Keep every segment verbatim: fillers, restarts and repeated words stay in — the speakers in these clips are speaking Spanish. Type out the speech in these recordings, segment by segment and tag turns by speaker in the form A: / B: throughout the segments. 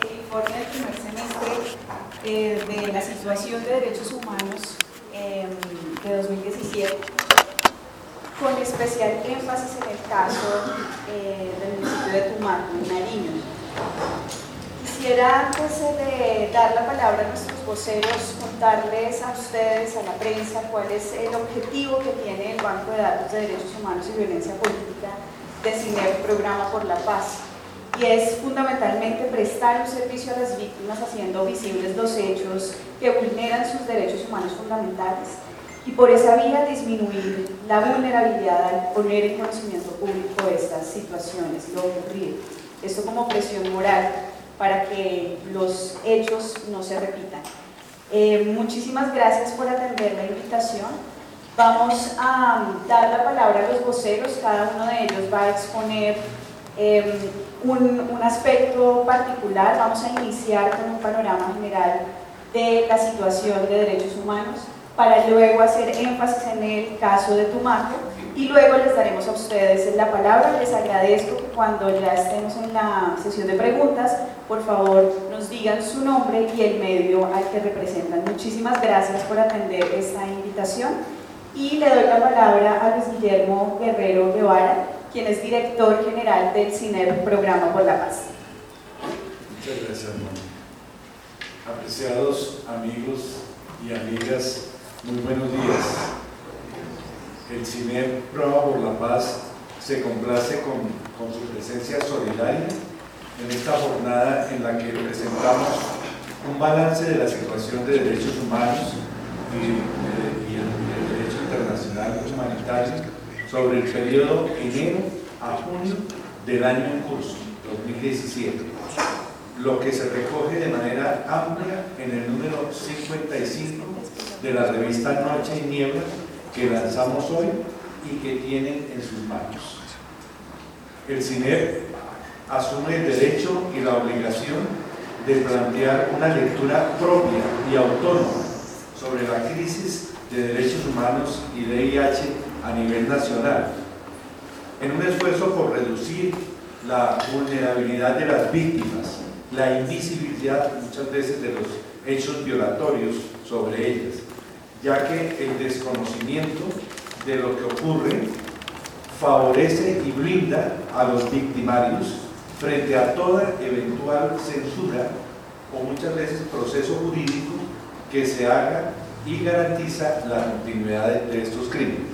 A: el informe del primer semestre eh, de la situación de derechos humanos eh, de dos mil diecisiete, con especial énfasis en el caso eh, del municipio de Tumaco, en Nariño. Quisiera, antes de dar la palabra a nuestros voceros, contarles a ustedes, a la prensa, cuál es el objetivo que tiene el Banco de Datos de Derechos Humanos y Violencia Política de CINEP, Programa por la Paz. Y es fundamentalmente prestar un servicio a las víctimas haciendo visibles los hechos que vulneran sus derechos humanos fundamentales y por esa vía disminuir la vulnerabilidad al poner en conocimiento público estas situaciones, lo ocurrido. Esto como presión moral para que los hechos no se repitan. Eh, muchísimas gracias por atender la invitación. Vamos a dar la palabra a los voceros, cada uno de ellos va a exponer eh, un, un aspecto particular. Vamos a iniciar con un panorama general de la situación de derechos humanos, para luego hacer énfasis en el caso de Tumaco y luego les daremos a ustedes la palabra. Les agradezco que cuando ya estemos en la sesión de preguntas, por favor nos digan su nombre y el medio al que representan. Muchísimas gracias por atender esta invitación y le doy la palabra a Luis Guillermo Guerrero Guevara, quien es director general del CINEP, Programa por la Paz.
B: Muchas gracias, Moni. Apreciados amigos y amigas, muy buenos días. El CINEP Programa por la Paz se complace con, con su presencia solidaria en esta jornada en la que presentamos un balance de la situación de derechos humanos y, y, el, y el derecho internacional humanitario sobre el periodo enero a junio del año en curso, dos mil diecisiete, lo que se recoge de manera amplia en el número cincuenta y cinco de la revista Noche y Niebla que lanzamos hoy y que tienen en sus manos. El CINEP asume el derecho y la obligación de plantear una lectura propia y autónoma sobre la crisis de derechos humanos y D I H a nivel nacional, en un esfuerzo por reducir la vulnerabilidad de las víctimas, la invisibilidad muchas veces de los hechos violatorios sobre ellas, ya que el desconocimiento de lo que ocurre favorece y blinda a los victimarios frente a toda eventual censura o muchas veces proceso jurídico que se haga y garantiza la continuidad de, de estos crímenes.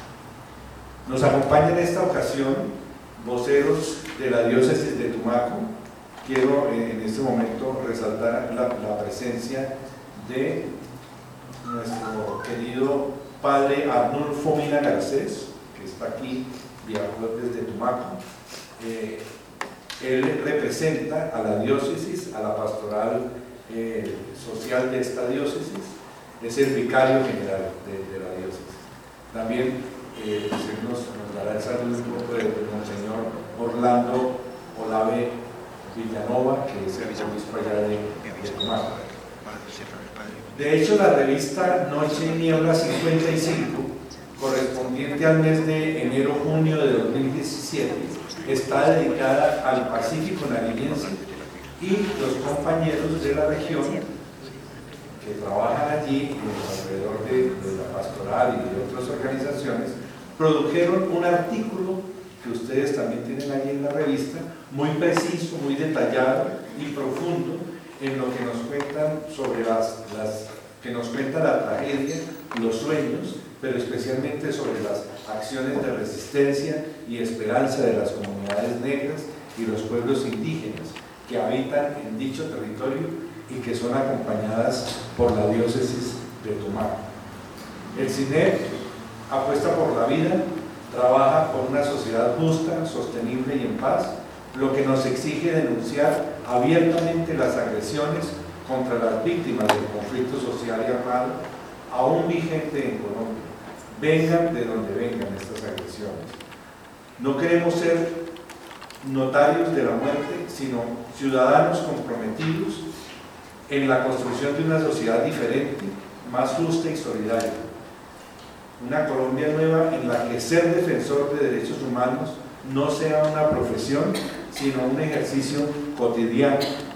B: Nos acompañan en esta ocasión voceros de la diócesis de Tumaco. Quiero eh, en este momento resaltar la, la presencia de nuestro querido padre Arnulfo Mina Garcés, que está aquí, viajó desde Tumaco. Eh, él representa a la diócesis, a la pastoral eh, social de esta diócesis, es el vicario general de, de la diócesis. También eh, pues él nos, nos dará el saludo de Monseñor Orlando Olave Villanova, que es el obispo allá de, de Tumaco. De hecho, la revista Noche y Niebla cincuenta y cinco, correspondiente al mes de enero-junio de dos mil diecisiete, está dedicada al Pacífico nariñense y los compañeros de la región que trabajan allí alrededor de, de la pastoral y de otras organizaciones produjeron un artículo que ustedes también tienen allí en la revista, muy preciso, muy detallado y profundo en lo que nos cuentan sobre las, las que nos cuenta la tragedia, los sueños, pero especialmente sobre las acciones de resistencia y esperanza de las comunidades negras y los pueblos indígenas que habitan en dicho territorio y que son acompañadas por la diócesis de Tumaco. El CINEP apuesta por la vida, trabaja por una sociedad justa, sostenible y en paz, lo que nos exige denunciar abiertamente las agresiones contra las víctimas del conflicto social y armado aún vigente en Colombia, vengan de donde vengan estas agresiones. No queremos ser notarios de la muerte, sino ciudadanos comprometidos en la construcción de una sociedad diferente, más justa y solidaria. Una Colombia nueva en la que ser defensor de derechos humanos no sea una profesión, sino un ejercicio cotidiano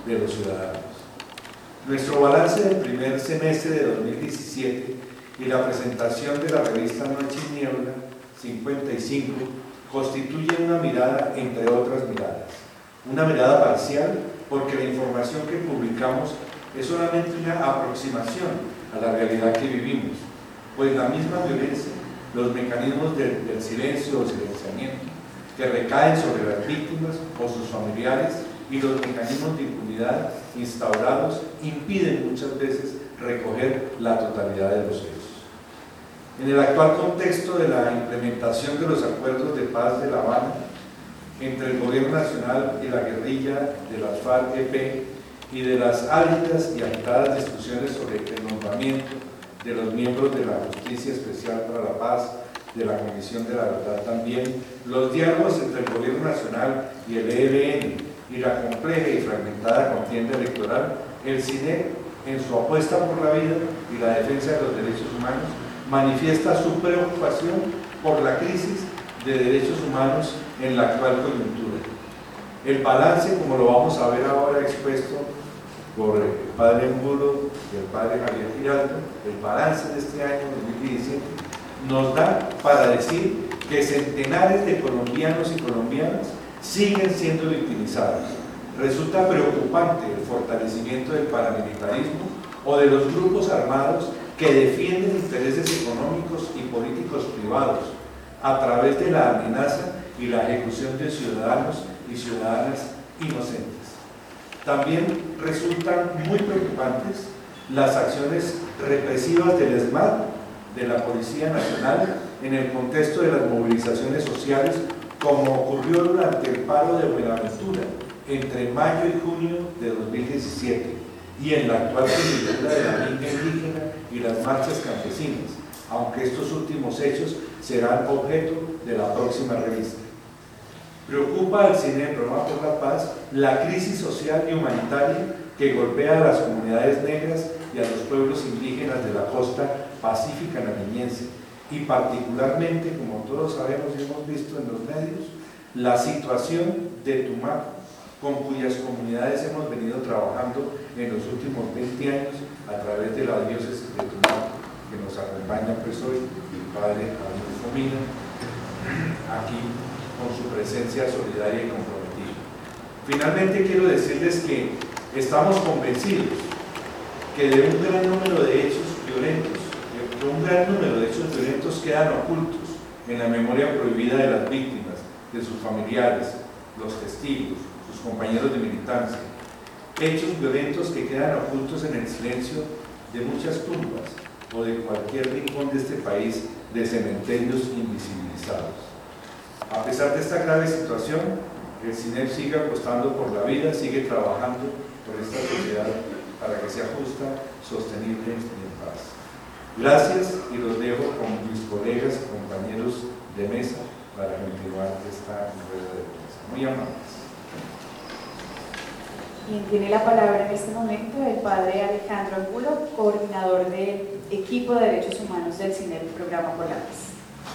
B: de los ciudadanos. Nuestro balance del primer semestre de dos mil diecisiete y la presentación de la revista Noche y Niebla cincuenta y cinco constituyen una mirada entre otras miradas. Una mirada parcial porque la información que publicamos es solamente una aproximación a la realidad que vivimos, pues la misma violencia, los mecanismos de, del silencio o silenciamiento que recaen sobre las víctimas o sus familiares y los mecanismos de impunidad instaurados impiden muchas veces recoger la totalidad de los hechos. En el actual contexto de la implementación de los acuerdos de paz de La Habana entre el gobierno nacional y la guerrilla de las FARC-E P y de las álgidas y agitadas discusiones sobre el nombramiento de los miembros de la Justicia Especial para la Paz, de la Comisión de la Verdad también, los diálogos entre el gobierno nacional y el E L N y la compleja y fragmentada contienda electoral, el CINEP, en su apuesta por la vida y la defensa de los derechos humanos, manifiesta su preocupación por la crisis de derechos humanos en la actual coyuntura. El balance, como lo vamos a ver ahora expuesto por el padre Angulo y el padre Javier Giraldo, el balance de este año dos mil diecisiete, nos da para decir que centenares de colombianos y colombianas siguen siendo victimizados. Resulta preocupante el fortalecimiento del paramilitarismo o de los grupos armados que defienden intereses económicos y políticos privados a través de la amenaza y la ejecución de ciudadanos y ciudadanas inocentes. También resultan muy preocupantes las acciones represivas del ESMAD, de la Policía Nacional, en el contexto de las movilizaciones sociales, como ocurrió durante el paro de Buenaventura entre mayo y junio de dos mil diecisiete y en la actual coyuntura de la minga indígena y las marchas campesinas, aunque estos últimos hechos serán objeto de la próxima revista. Preocupa al CINEP, Programa por la Paz, la crisis social y humanitaria que golpea a las comunidades negras y a los pueblos indígenas de la costa pacífica nariñense, y particularmente, como todos sabemos y hemos visto en los medios, la situación de Tumaco, con cuyas comunidades hemos venido trabajando en los últimos veinte años a través de la diócesis de Tumaco, que nos acompaña pues hoy el padre Adolfo Mina, aquí con su presencia solidaria y comprometida. Finalmente quiero decirles que estamos convencidos que de un gran número de hechos violentos, que un gran número de hechos violentos quedan ocultos en la memoria prohibida de las víctimas, de sus familiares, los testigos, sus compañeros de militancia. Hechos violentos que quedan ocultos en el silencio de muchas tumbas o de cualquier rincón de este país de cementerios invisibilizados. A pesar de esta grave situación, el CINEP sigue apostando por la vida, sigue trabajando por esta sociedad para que sea justa, sostenible y en paz. Gracias y los dejo con mis colegas y compañeros de mesa para continuar esta rueda de prensa. Muy amables.
A: Bien, tiene la palabra en este momento el padre Alejandro Angulo, coordinador del equipo de derechos humanos del CINEP, Programa por la Paz.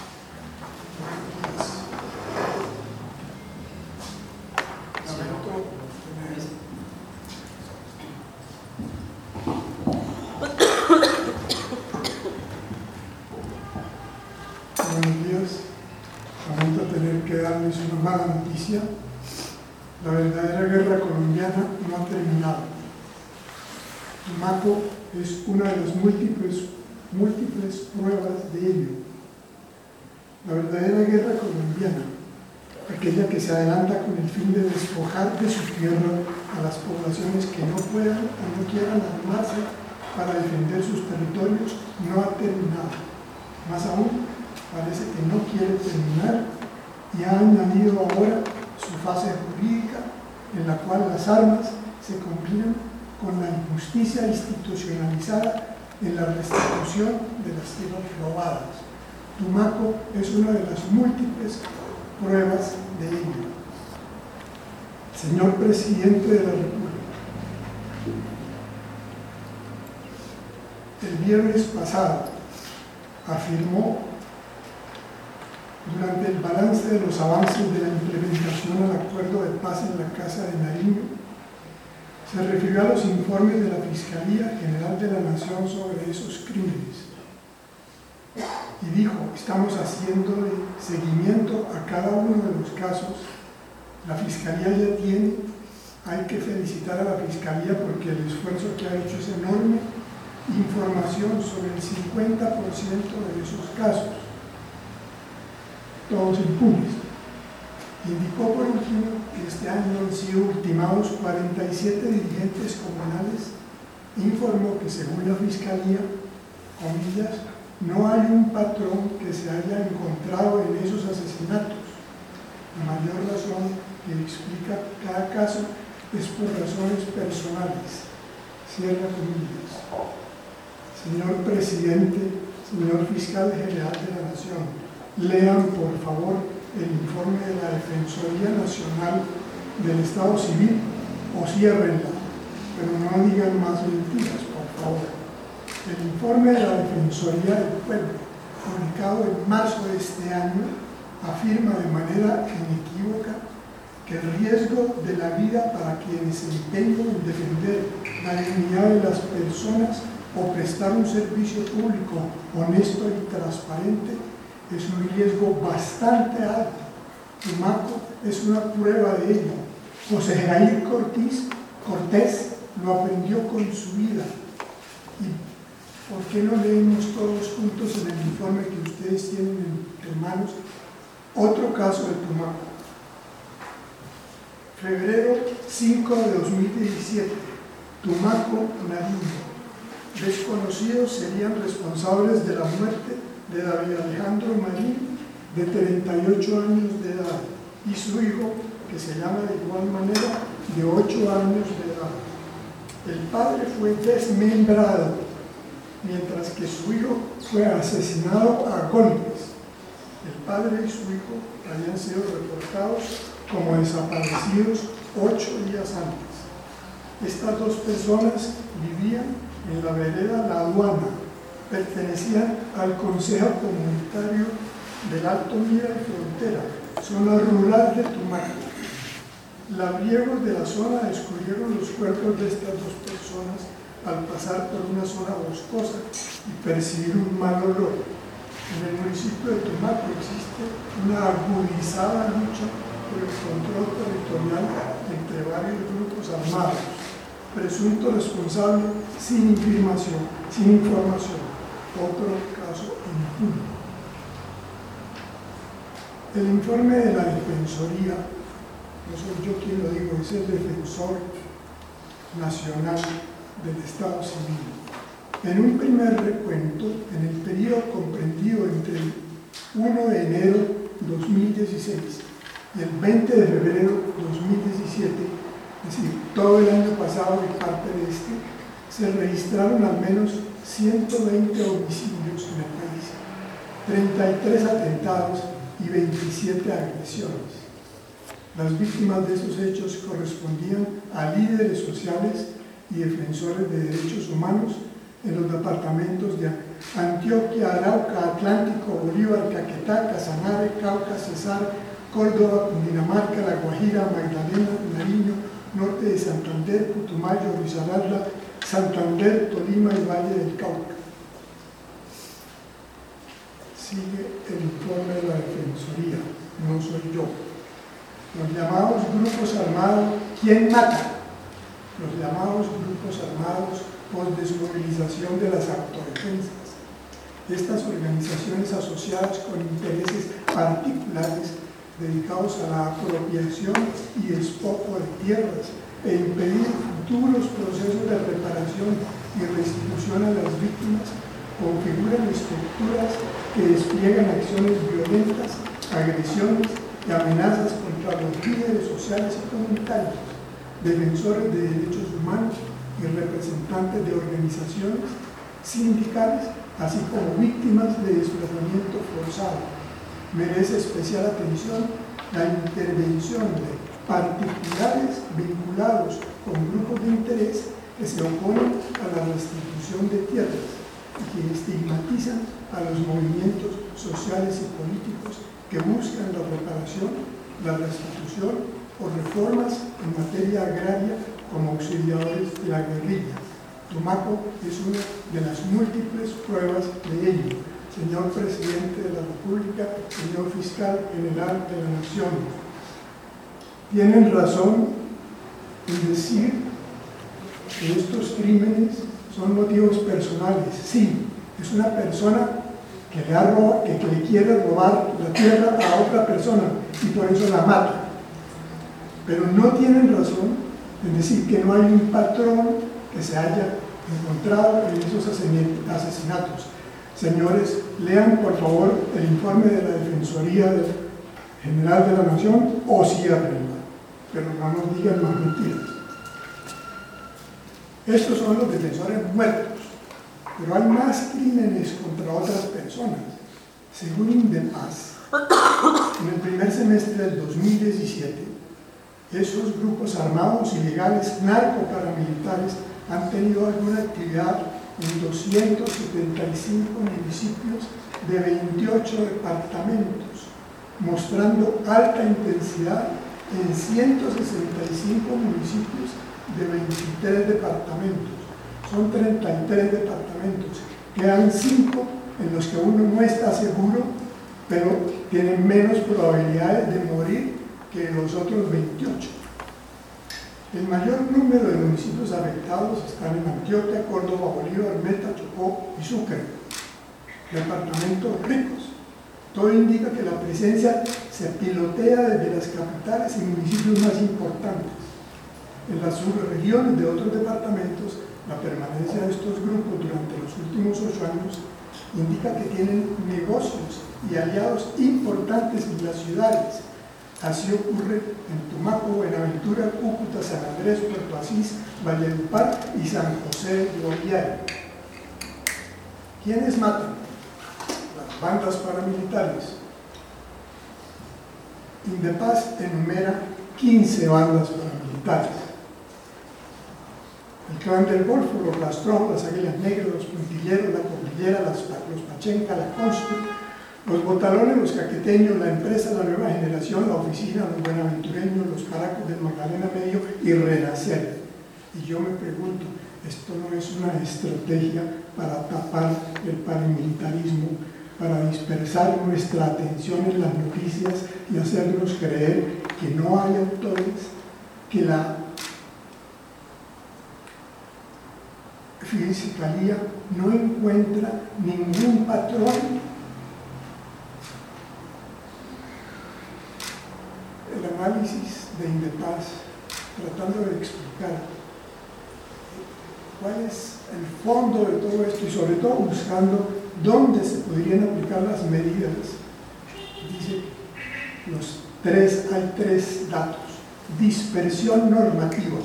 C: Buenos días. Lamento tener que darles una mala noticia. La verdadera guerra colombiana no ha terminado. Tumaco es una de las múltiples, múltiples pruebas de ello. La verdadera guerra colombiana, aquella que se adelanta con el fin de despojar de su tierra a las poblaciones que no puedan o no quieran armarse para defender sus territorios, no ha terminado. Más aún, parece que no quiere terminar y ha añadido ahora su fase jurídica, en la cual las armas se combinan con la injusticia institucionalizada en la restitución de las tierras robadas. Tumaco es una de las múltiples pruebas de ello. Señor Presidente de la República, el viernes pasado afirmó durante el balance de los avances de la implementación al Acuerdo de Paz en la Casa de Nariño Se refirió a los informes de la Fiscalía General de la Nación sobre esos crímenes y dijo: estamos haciéndole seguimiento a cada uno de los casos. La Fiscalía ya tiene, hay que felicitar a la Fiscalía porque el esfuerzo que ha hecho es enorme, información sobre el cincuenta por ciento de esos casos, todos impunes. Indicó por último que este año han sido ultimados cuarenta y siete dirigentes comunales e informó que según la Fiscalía, comillas, no hay un patrón que se haya encontrado en esos asesinatos. La mayor razón que explica cada caso es por razones personales. Cierra comillas. Señor Presidente, señor Fiscal General de la Nación, lean por favor el informe de la Defensoría Nacional del Estado Civil o ciérrenla, pero no digan más mentiras, por favor. El informe de la Defensoría del Pueblo, publicado en marzo de este año, afirma de manera inequívoca que el riesgo de la vida para quienes se empeñan en defender la dignidad de las personas o prestar un servicio público honesto y transparente es un riesgo bastante alto. Tumaco es una prueba de ello. José Jair Cortés, Cortés lo aprendió con su vida. ¿Y por qué no leemos todos juntos en el informe que ustedes tienen en manos otro caso de Tumaco? Febrero cinco de dos mil diecisiete, Tumaco, Nariño. Desconocidos serían responsables de la muerte de David Alejandro Marín, de treinta y ocho años de edad, y su hijo, que se llama de igual manera, de ocho años de edad. El padre fue desmembrado, mientras que su hijo fue asesinado a golpes. El padre y su hijo habían sido reportados como desaparecidos ocho días antes. Estas dos personas vivían en la vereda La Aduana, pertenecían al Consejo Comunitario del Alto Mira y Frontera, zona rural de Tumaco. Labriegos de la zona descubrieron los cuerpos de estas dos personas al pasar por una zona boscosa y percibir un mal olor. En el municipio de Tumaco existe una agudizada lucha por el control territorial entre varios grupos armados. Presunto responsable sin información, sin información. Otro caso impune. El informe de la Defensoría, no soy yo quien lo digo, es el Defensor Nacional del Estado Civil. En un primer recuento, en el periodo comprendido entre el primero de enero de dos mil dieciséis y el veinte de febrero de dos mil diecisiete, es decir, todo el año pasado y parte de este, se registraron al menos ciento veinte homicidios en el país, treinta y tres atentados y veintisiete agresiones. Las víctimas de esos hechos correspondían a líderes sociales y defensores de derechos humanos en los departamentos de Antioquia, Arauca, Atlántico, Bolívar, Caquetá, Casanare, Cauca, Cesar, Córdoba, Cundinamarca, La Guajira, Magdalena, Nariño, norte de Santander, Putumayo, Risaralda, Santander, Tolima y Valle del Cauca. Sigue el informe de la Defensoría, no soy yo. Los llamados grupos armados, ¿quién mata? Los llamados grupos armados por desmovilización de las autodefensas. Estas organizaciones asociadas con intereses particulares dedicados a la apropiación y despojo de tierras e impedir futuros procesos de reparación y restitución a las víctimas, configuran estructuras que despliegan acciones violentas, agresiones y amenazas contra los líderes sociales y comunitarios, defensores de derechos humanos y representantes de organizaciones sindicales, así como víctimas de desplazamiento forzado. Merece especial atención la intervención de particulares vinculados con grupos de interés que se oponen a la restitución de tierras y que estigmatizan a los movimientos sociales y políticos que buscan la reparación, la restitución o reformas en materia agraria como auxiliadores de la guerrilla. Tumaco es una de las múltiples pruebas de ello. Señor Presidente de la República, señor Fiscal General de la Nación, tienen razón en decir que estos crímenes son motivos personales. Sí, es una persona que le, ha robado, que, que le quiere robar la tierra a otra persona y por eso la mata. Pero no tienen razón en decir que no hay un patrón que se haya encontrado en esos asesinatos. Señores, lean por favor el informe de la Defensoría General de la Nación o ciérrenla, pero no nos digan más mentiras. Estos son los defensores muertos, pero hay más crímenes contra otras personas. Según Indepaz, en el primer semestre del dos mil diecisiete, esos grupos armados ilegales narcoparamilitares han tenido alguna actividad en doscientos setenta y cinco municipios de veintiocho departamentos, mostrando alta intensidad en ciento sesenta y cinco municipios de veintitrés departamentos. Son treinta y tres departamentos, quedan cinco en los que uno no está seguro, pero tienen menos probabilidades de morir que los otros veintiocho. El mayor número de municipios afectados están en Antioquia, Córdoba, Bolívar, Meta, Chocó y Sucre, departamentos ricos. Todo indica que la presencia se pilotea desde las capitales y municipios más importantes. En las subregiones de otros departamentos, la permanencia de estos grupos durante los últimos ocho años indica que tienen negocios y aliados importantes en las ciudades. Así ocurre en Tumaco, Buenaventura, Cúcuta, San Andrés, Puerto Asís, Valledupar y San José de Guaviare. ¿Quiénes matan? Las bandas paramilitares. Indepaz enumera quince bandas paramilitares. El Clan del Golfo, los Rastrón, las Águilas Negras, los Puntilleros, la Cordillera, las, los Pachenca, la Consti, los Botalones, los Caqueteños, la Empresa, la Nueva Generación, la Oficina, los Buenaventureños, los Paracos del Magdalena Medio y Renacer. Y yo me pregunto, ¿esto no es una estrategia para tapar el paramilitarismo, para dispersar nuestra atención en las noticias y hacernos creer que no hay autores, que la Fiscalía no encuentra ningún patrón? El análisis de Indepaz, tratando de explicar cuál es el fondo de todo esto y sobre todo buscando dónde se podrían aplicar las medidas, dice los tres, hay tres datos. Dispersión normativa.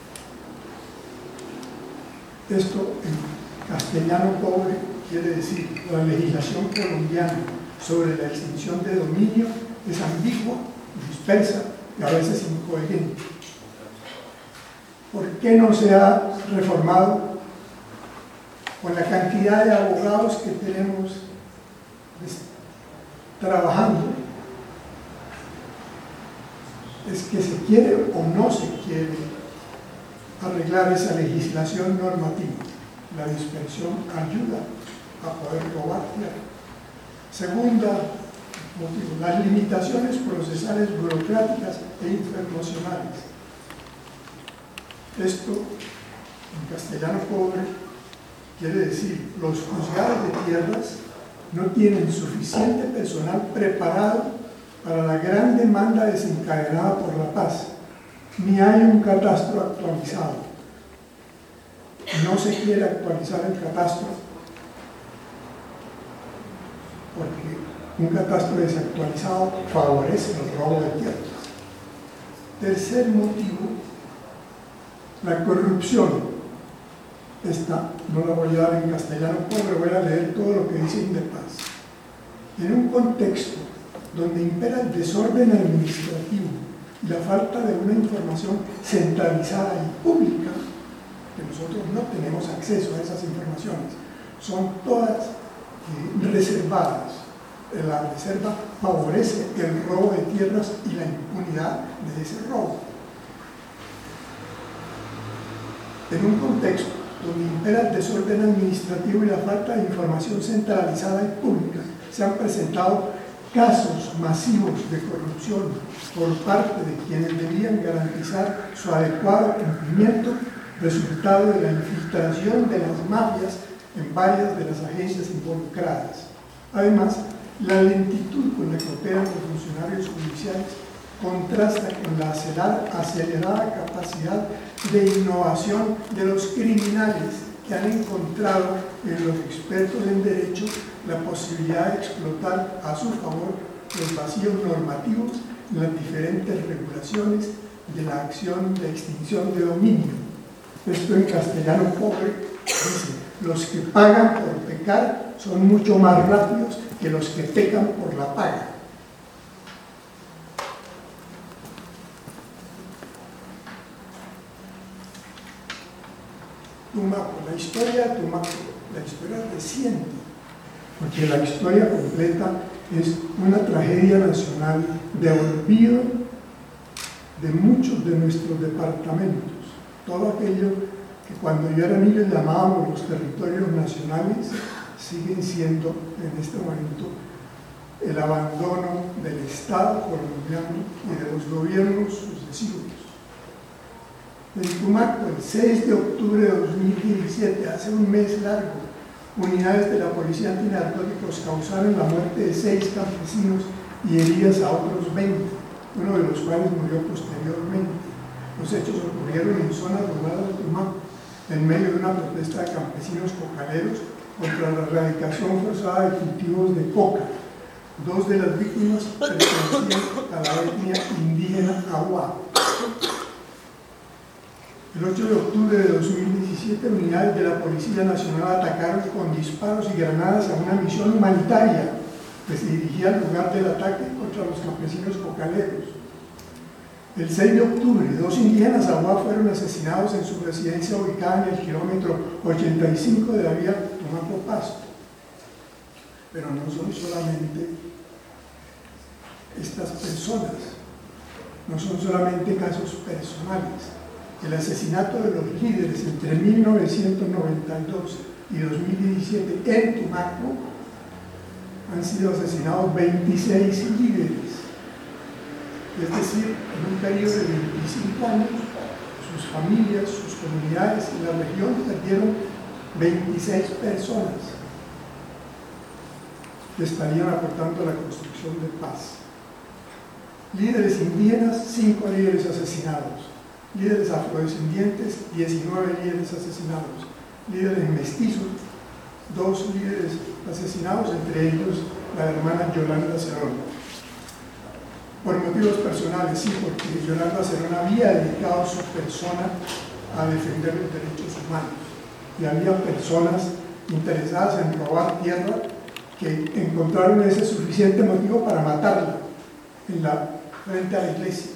C: Esto en castellano pobre quiere decir la legislación colombiana sobre la extinción de dominio es ambigua, dispersa y a veces incoherente. ¿Por qué no se ha reformado? Con la cantidad de abogados que tenemos trabajando, es que se quiere o no se quiere arreglar esa legislación normativa. La dispersión ayuda a poder robar tierra. Segunda motivo, las limitaciones procesales burocráticas e informacionales. Esto, en castellano pobre, quiere decir los juzgados de tierras no tienen suficiente personal preparado para la gran demanda desencadenada por la paz. Ni hay un catastro actualizado. No se quiere actualizar el catastro porque un catastro desactualizado favorece el robo de tierras. Tercer motivo, la corrupción. Esta no la voy a dar en castellano pobre, voy a leer todo lo que dice Indepaz. En un contexto donde impera el desorden administrativo y la falta de una información centralizada y pública, que nosotros no tenemos acceso a esas informaciones, son todas eh, reservadas. La reserva favorece el robo de tierras y la impunidad de ese robo. En un contexto donde impera el desorden administrativo y la falta de información centralizada y pública, se han presentado casos masivos de corrupción por parte de quienes debían garantizar su adecuado cumplimiento, resultado de la infiltración de las mafias en varias de las agencias involucradas. Además, la lentitud con la que operan los funcionarios judiciales contrasta con la acelerada capacidad de innovación de los criminales que han encontrado en los expertos en derecho la posibilidad de explotar a su favor los vacíos normativos en las diferentes regulaciones de la acción de extinción de dominio. Esto en castellano pobre dice: los que pagan por pecar son mucho más rápidos que los que pecan por la paga. Tumaco, la historia de Tumaco, la historia reciente, porque la historia completa es una tragedia nacional de olvido de muchos de nuestros departamentos. Todo aquello que cuando yo era niño llamábamos los territorios nacionales, siguen siendo en este momento el abandono del Estado colombiano y de los gobiernos sucesivos. En Tumaco, el seis de octubre de dos mil diecisiete, hace un mes largo, unidades de la Policía Antinarcóticos causaron la muerte de seis campesinos y heridas a otros veinte, uno de los cuales murió posteriormente. Los hechos ocurrieron en zonas rurales de Tumaco, en medio de una protesta de campesinos cocaleros contra la erradicación forzada de cultivos de coca. Dos de las víctimas pertenecían a la etnia indígena Aguá. El ocho de octubre de dos mil diecisiete, unidades de la Policía Nacional atacaron con disparos y granadas a una misión humanitaria que se dirigía al lugar del ataque contra los campesinos cocaleros. El seis de octubre, dos indígenas Aguá fueron asesinados en su residencia ubicada en el kilómetro ochenta y cinco de la vía Tumaco-Pasto. Pero no son solamente estas personas, no son solamente casos personales. El asesinato de los líderes entre mil novecientos noventa y dos y dos mil diecisiete en Tumaco, han sido asesinados veintiséis líderes. Es decir, en un periodo de veinticinco años, sus familias, sus comunidades y la región perdieron veintiséis personas que estarían aportando a la construcción de paz. Líderes indígenas, cinco líderes asesinados. Líderes afrodescendientes, diecinueve líderes asesinados. Líderes mestizos, dos líderes asesinados, entre ellos la hermana Yolanda Cerón. Por motivos personales, sí, porque Yolanda Cerón había dedicado su persona a defender los derechos humanos. Y había personas interesadas en robar tierra que encontraron ese suficiente motivo para matarla en la, frente a la iglesia.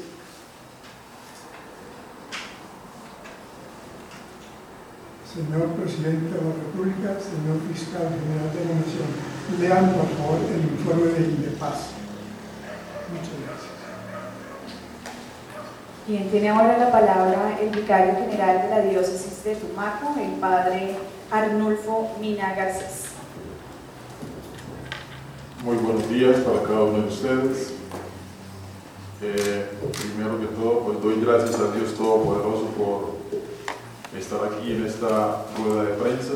C: Señor Presidente de la República, señor Fiscal General de la Nación, lean por favor el informe de INDEPAZ. Muchas gracias.
A: Bien, tiene ahora la palabra el vicario general de la diócesis de Tumaco, el padre Arnulfo Mina Garcés.
D: Muy buenos días para cada uno de ustedes. Eh, primero que todo, pues doy gracias a Dios Todopoderoso por estar aquí en esta rueda de prensa.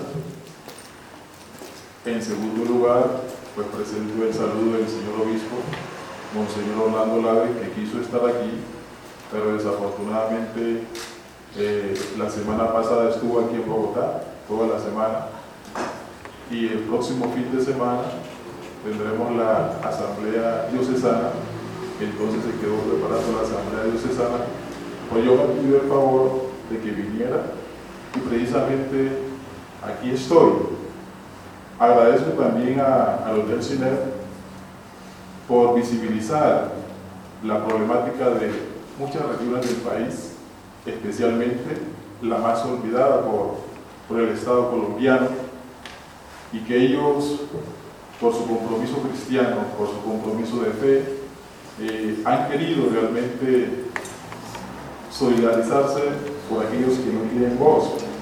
D: En segundo lugar, pues presento el saludo del señor obispo, Monseñor Orlando Lagri, que quiso estar aquí, pero desafortunadamente eh, la semana pasada estuvo aquí en Bogotá, toda la semana, y el próximo fin de semana tendremos la asamblea diocesana, entonces se quedó preparando la asamblea diocesana, pues yo me pido el favor de que viniera, y precisamente aquí estoy. Agradezco también a, a los del CINEP por visibilizar la problemática de muchas regiones del país, especialmente la más olvidada por, por el Estado colombiano, y que ellos, por su compromiso cristiano, por su compromiso de fe, eh, han querido realmente solidarizarse por aquellos que no tienen voz.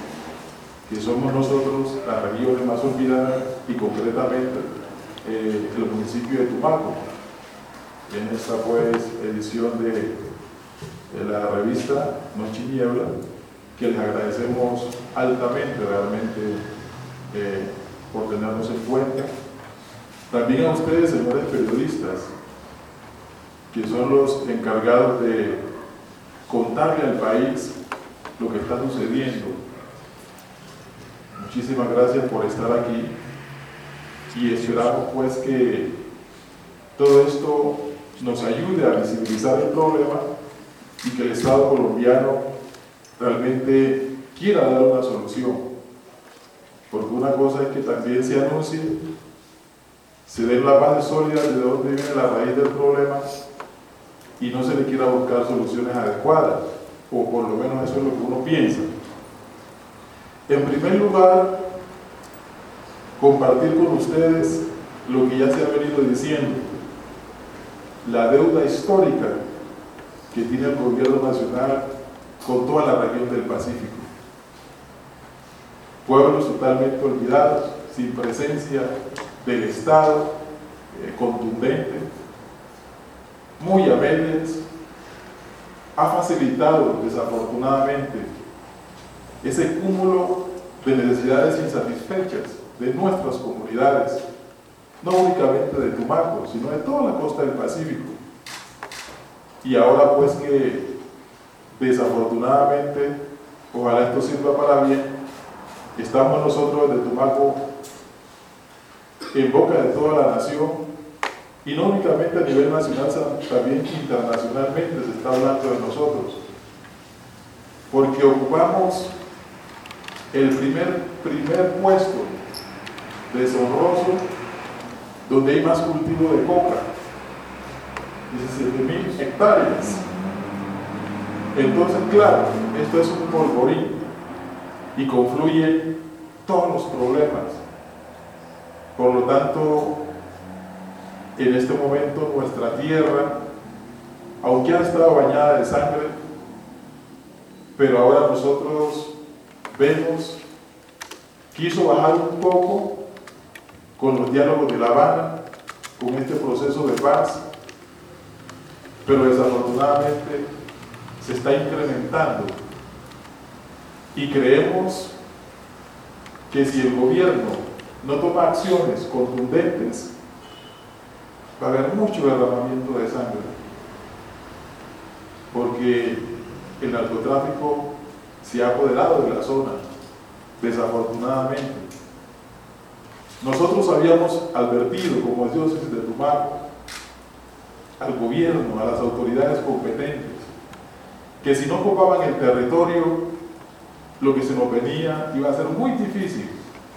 D: que somos nosotros las regiones más olvidadas y concretamente eh, el municipio de Tumaco. En esta pues edición de, de la revista Noche y Niebla, que les agradecemos altamente realmente eh, por tenernos en cuenta. También a ustedes, señores periodistas, que son los encargados de contarle al país lo que está sucediendo. Muchísimas gracias por estar aquí y esperamos pues que todo esto nos ayude a visibilizar el problema y que el Estado colombiano realmente quiera dar una solución, porque una cosa es que también se anuncie, se den las bases sólidas de dónde viene la raíz del problema y no se le quiera buscar soluciones adecuadas, o por lo menos eso es lo que uno piensa. En primer lugar, compartir con ustedes lo que ya se ha venido diciendo, la deuda histórica que tiene el gobierno nacional con toda la región del Pacífico. Pueblos totalmente olvidados, sin presencia del Estado eh, contundente, muy a medias, ha facilitado desafortunadamente ese cúmulo de necesidades insatisfechas de nuestras comunidades, no únicamente de Tumaco, sino de toda la costa del Pacífico. Y ahora pues que desafortunadamente, ojalá esto sirva para bien, estamos nosotros de Tumaco en boca de toda la nación, y no únicamente a nivel nacional, también internacionalmente se está hablando de nosotros, porque ocupamos el primer, primer puesto deshonroso donde hay más cultivo de coca, diecisiete mil hectáreas. Entonces, claro, esto es un polvorín y confluyen todos los problemas. Por lo tanto, en este momento nuestra tierra, aunque ha estado bañada de sangre, pero ahora nosotros vemos, quiso bajar un poco con los diálogos de La Habana, con este proceso de paz, pero desafortunadamente se está incrementando y creemos que si el gobierno no toma acciones contundentes, va a haber mucho derramamiento de sangre, porque el narcotráfico se ha apoderado de la zona, desafortunadamente. Nosotros habíamos advertido como diócesis de Tumaco al gobierno, a las autoridades competentes, que si no ocupaban el territorio, lo que se nos venía iba a ser muy difícil.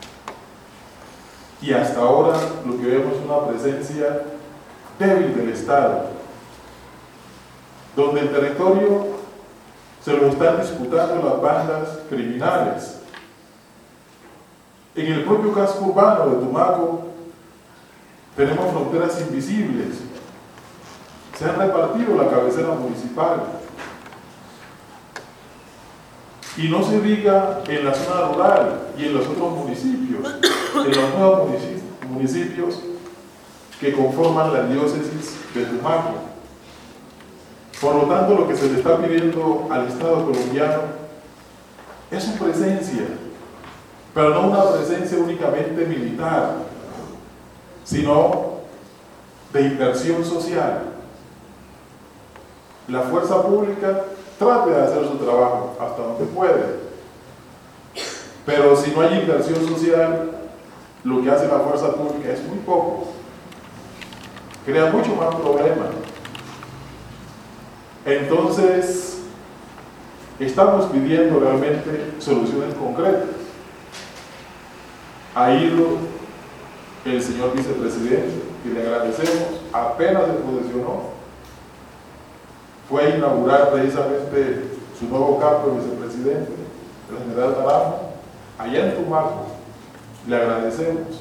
D: Y hasta ahora lo que vemos es una presencia débil del Estado, donde el territorio se lo están disputando las bandas criminales. En el propio casco urbano de Tumaco tenemos fronteras invisibles. Se han repartido la cabecera municipal. Y no se diga en la zona rural y en los otros municipios, en los nuevos municipios que conforman la diócesis de Tumaco. Por lo tanto, lo que se le está pidiendo al Estado colombiano es su presencia, pero no una presencia únicamente militar, sino de inversión social. La fuerza pública trate de hacer su trabajo hasta donde puede, pero si no hay inversión social, lo que hace la fuerza pública es muy poco, crea mucho más problemas. Entonces, estamos pidiendo realmente soluciones concretas. Ha ido el señor vicepresidente, que le agradecemos, apenas se posesionó, fue a inaugurar precisamente su nuevo campo de vicepresidente, el general Naranjo, allá en Tumaco. Le agradecemos.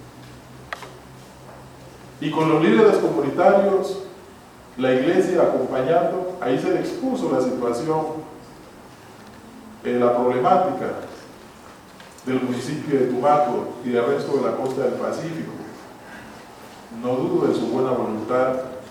D: Y con los líderes comunitarios, la iglesia acompañando, ahí se le expuso la situación, eh, la problemática. del municipio de Tumaco y del resto de la costa del Pacífico. No dudo de su buena voluntad,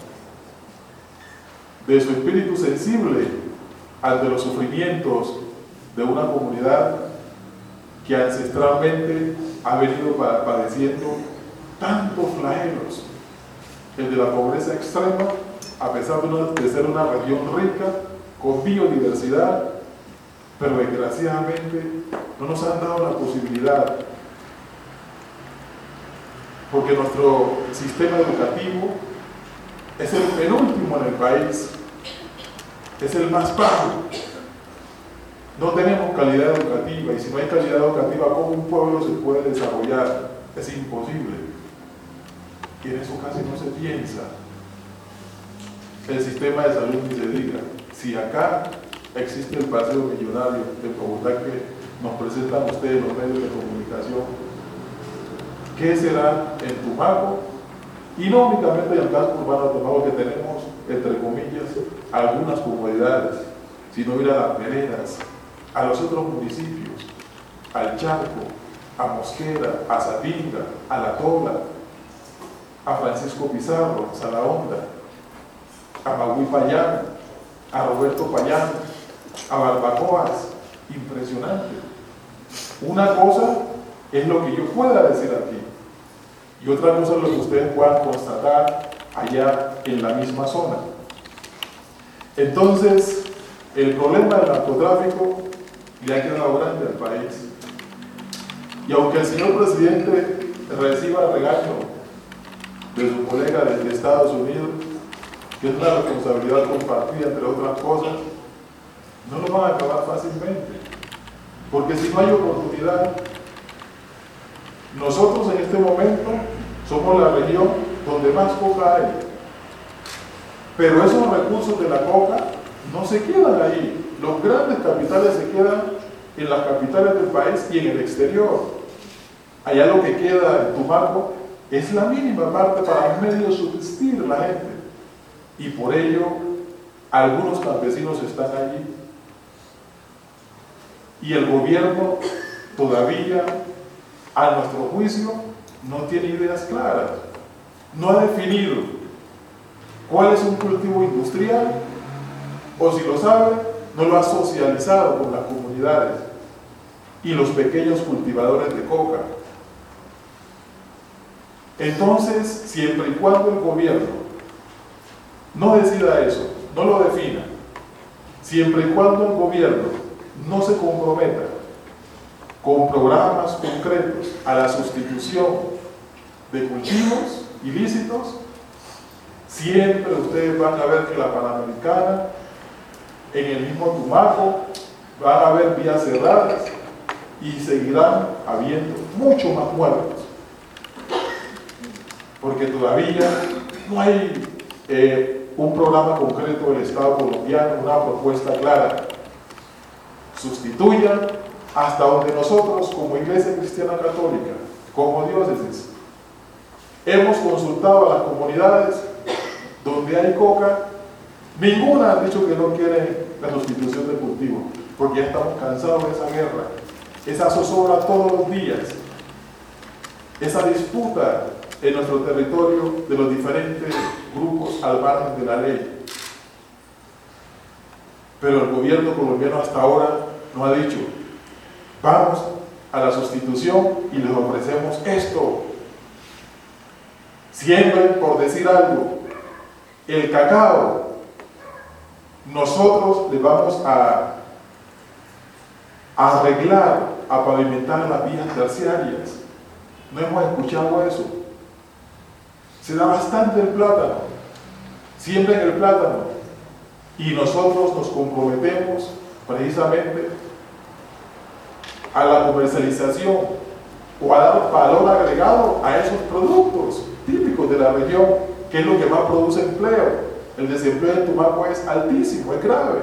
D: de su espíritu sensible ante los sufrimientos de una comunidad que ancestralmente ha venido padeciendo tantos flagelos, el de la pobreza extrema, a pesar de, una, de ser una región rica, con biodiversidad, pero desgraciadamente no nos han dado la posibilidad, porque nuestro sistema educativo es el penúltimo en el país, es el más bajo. No tenemos calidad educativa, y si no hay calidad educativa, ¿cómo un pueblo se puede desarrollar? Es imposible. Y en eso casi no se piensa. El sistema de salud ni se diga. Si acá existe el paseo millonario de Bogotá que nos presentan ustedes los medios de comunicación, ¿qué será en Tumaco? Y no únicamente en el casco urbano de Tumaco, que tenemos, entre comillas, algunas comodidades, sino ir a las veredas, a los otros municipios, al Charco, a Mosquera, a Satinga, a La Tola, a Francisco Pizarro, Salahonda, a Magui Payán, a Roberto Payán, a Barbacoas. Impresionante. Una cosa es lo que yo pueda decir aquí, y otra cosa es lo que ustedes puedan constatar allá en la misma zona. Entonces, el problema del narcotráfico le ha quedado grande al país. Y aunque el señor presidente reciba regaño de su colega de Estados Unidos, que es una responsabilidad compartida entre otras cosas, no lo van a acabar fácilmente. Porque si no hay oportunidad, nosotros en este momento somos la región donde más coca hay. Pero esos recursos de la coca no se quedan ahí. Los grandes capitales se quedan en las capitales del país y en el exterior. Allá lo que queda en Tumaco es la mínima parte para medio subsistir la gente. Y por ello, algunos campesinos están allí. Y el gobierno todavía, a nuestro juicio, no tiene ideas claras. No ha definido cuál es un cultivo industrial, o si lo sabe, no lo ha socializado con las comunidades y los pequeños cultivadores de coca. Entonces, siempre y cuando el gobierno no decida eso, no lo defina, siempre y cuando el gobierno no se comprometa con programas concretos a la sustitución de cultivos ilícitos, siempre ustedes van a ver que la Panamericana, en el mismo Tumaco, van a haber vías cerradas y seguirán habiendo mucho más muertos, porque todavía no hay eh, un programa concreto del Estado colombiano, una propuesta clara. Sustituyan hasta donde nosotros, como Iglesia Cristiana Católica, como diócesis, hemos consultado a las comunidades donde hay coca. Ninguna ha dicho que no quiere la sustitución de cultivo, porque ya estamos cansados de esa guerra, esa zozobra todos los días, esa disputa en nuestro territorio de los diferentes grupos al margen de la ley. Pero el gobierno colombiano hasta ahora no ha dicho, vamos a la sustitución y les ofrecemos esto. Siembren, por decir algo, el cacao. Nosotros les vamos a, a arreglar, a pavimentar las vías terciarias. No hemos escuchado eso. Se da bastante el plátano. Siembren el plátano. Y nosotros nos comprometemos precisamente a la comercialización o a dar valor agregado a esos productos típicos de la región, que es lo que más produce empleo. El desempleo en Tumaco es altísimo, es grave.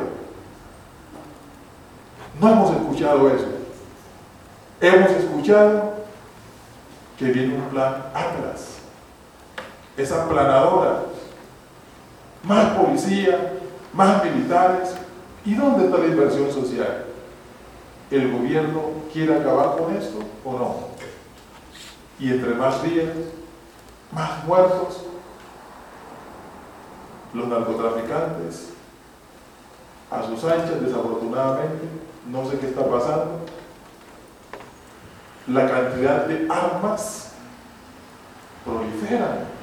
D: No hemos escuchado eso. Hemos escuchado que viene un plan Atlas, esa planadora, más policía, más militares. ¿Y dónde está la inversión social? ¿el gobierno quiere acabar con esto o no? Y entre más días, más muertos, los narcotraficantes, a sus anchas, desafortunadamente, no sé qué está pasando, la cantidad de armas proliferan,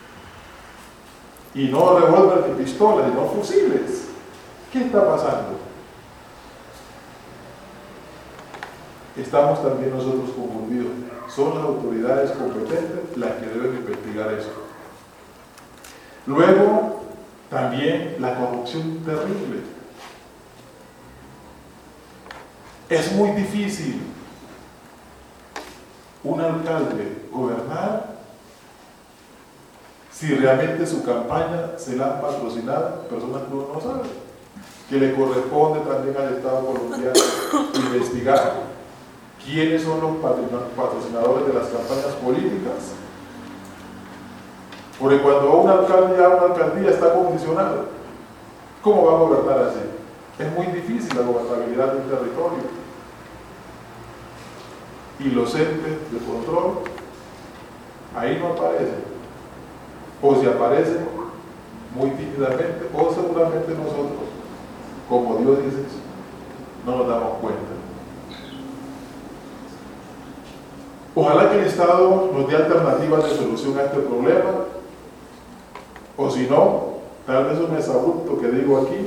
D: y no revólveres ni pistolas, sino fusiles. ¿Qué está pasando? Estamos también nosotros confundidos. Son las autoridades competentes las que deben investigar eso. Luego, también la corrupción terrible. Es muy difícil un alcalde gobernar si realmente su campaña se la han patrocinado personas que uno no sabe, que le corresponde también al Estado colombiano investigar quiénes son los patrocinadores de las campañas políticas, porque cuando un alcalde ya una alcaldía está condicionado, ¿cómo va a gobernar así? Es muy difícil la gobernabilidad de un territorio. Y los entes de control ahí no aparecen, o si aparecen muy tímidamente, o seguramente nosotros, como Dios dice, no nos damos cuenta. Ojalá que el Estado nos dé alternativas de solución a este problema, o si no, tal vez un exabrupto que digo aquí,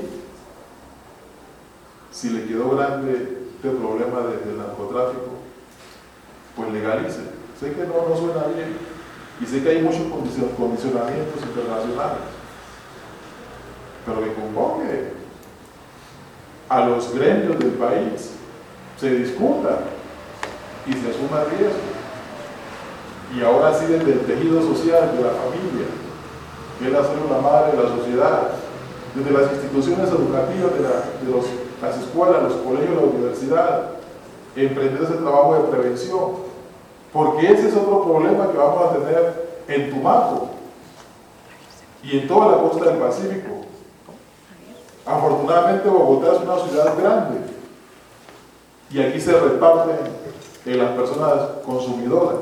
D: si le quedó grande este problema del narcotráfico, pues legalice. Sé que no, no suena bien, y sé que hay muchos condicionamientos internacionales, pero que convoque a los gremios del país, se discuta y se asuma el riesgo. Y ahora sí, desde el tejido social de la familia, que es la célula madre de la sociedad, desde las instituciones educativas de, la, de los, las escuelas, los colegios, la universidad, emprender ese trabajo de prevención, porque ese es otro problema que vamos a tener en Tumaco y en toda la costa del Pacífico. Afortunadamente Bogotá es una ciudad grande y aquí se reparten eh, las personas consumidoras.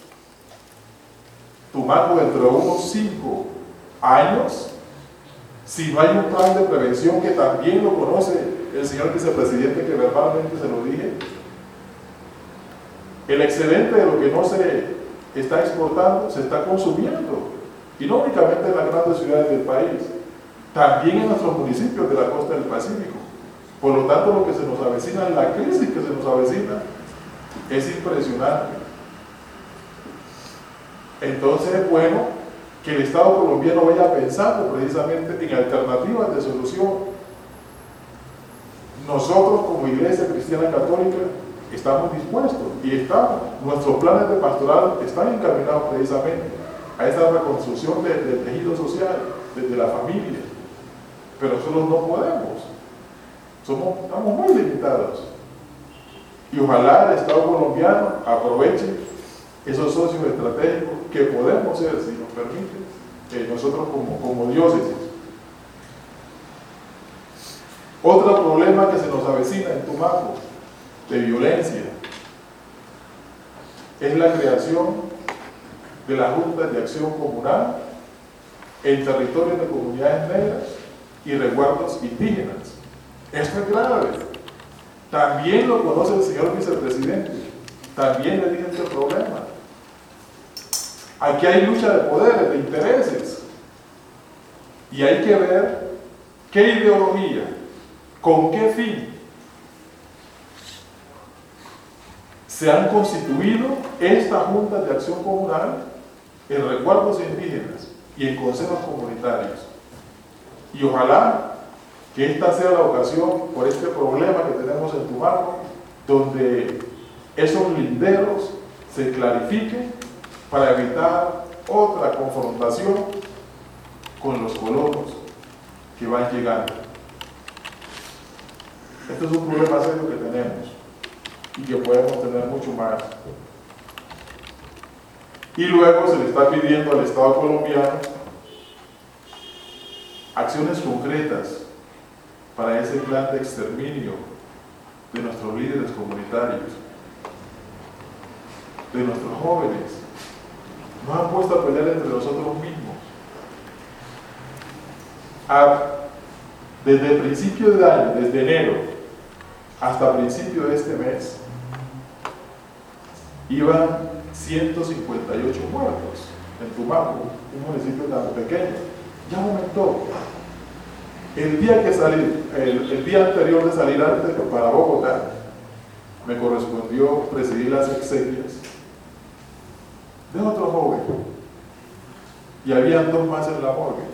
D: Tumaco, dentro de unos cinco años, si no hay un plan de prevención, que también lo conoce el señor vicepresidente, que verbalmente se lo dije, el excedente de lo que no se está exportando se está consumiendo, y no únicamente en las grandes ciudades del país, también en nuestros municipios de la costa del Pacífico. Por lo tanto, lo que se nos avecina, la crisis que se nos avecina, es impresionante. Entonces es bueno que el Estado colombiano vaya pensando precisamente en alternativas de solución. Nosotros, como Iglesia Cristiana Católica, estamos dispuestos y estamos, nuestros planes de pastoral están encaminados precisamente a esa reconstrucción de, del tejido social, desde la familia, pero nosotros no podemos, somos, estamos muy limitados, y ojalá el Estado colombiano aproveche esos socios estratégicos que podemos ser, si nos permite, eh, nosotros como, como diócesis. Otro problema que se nos avecina en Tumaco de violencia es la creación de las juntas de acción comunal en territorios de comunidades negras y resguardos indígenas. Esto es grave. También lo conoce el señor vicepresidente, también le dije este problema. Aquí hay lucha de poderes, de intereses, y hay que ver qué ideología, con qué fin se han constituido estas juntas de acción comunal en resguardos indígenas y en consejos comunitarios. Y ojalá que esta sea la ocasión, por este problema que tenemos en Tumaco, donde esos linderos se clarifiquen para evitar otra confrontación con los colonos que van llegando. Este es un problema serio que tenemos y que podemos tener mucho más. Y luego se le está pidiendo al Estado colombiano acciones concretas para ese plan de exterminio de nuestros líderes comunitarios, de nuestros jóvenes. Nos han puesto a pelear entre nosotros mismos. A, desde el principio de año, desde enero hasta principio de este mes, iban ciento cincuenta y ocho muertos en Tumaco, un municipio tan pequeño. Ya aumentó. El día que salí, el, el día anterior de salir antes para Bogotá, me correspondió presidir las exequias de otro joven, y habían dos más en la morgue.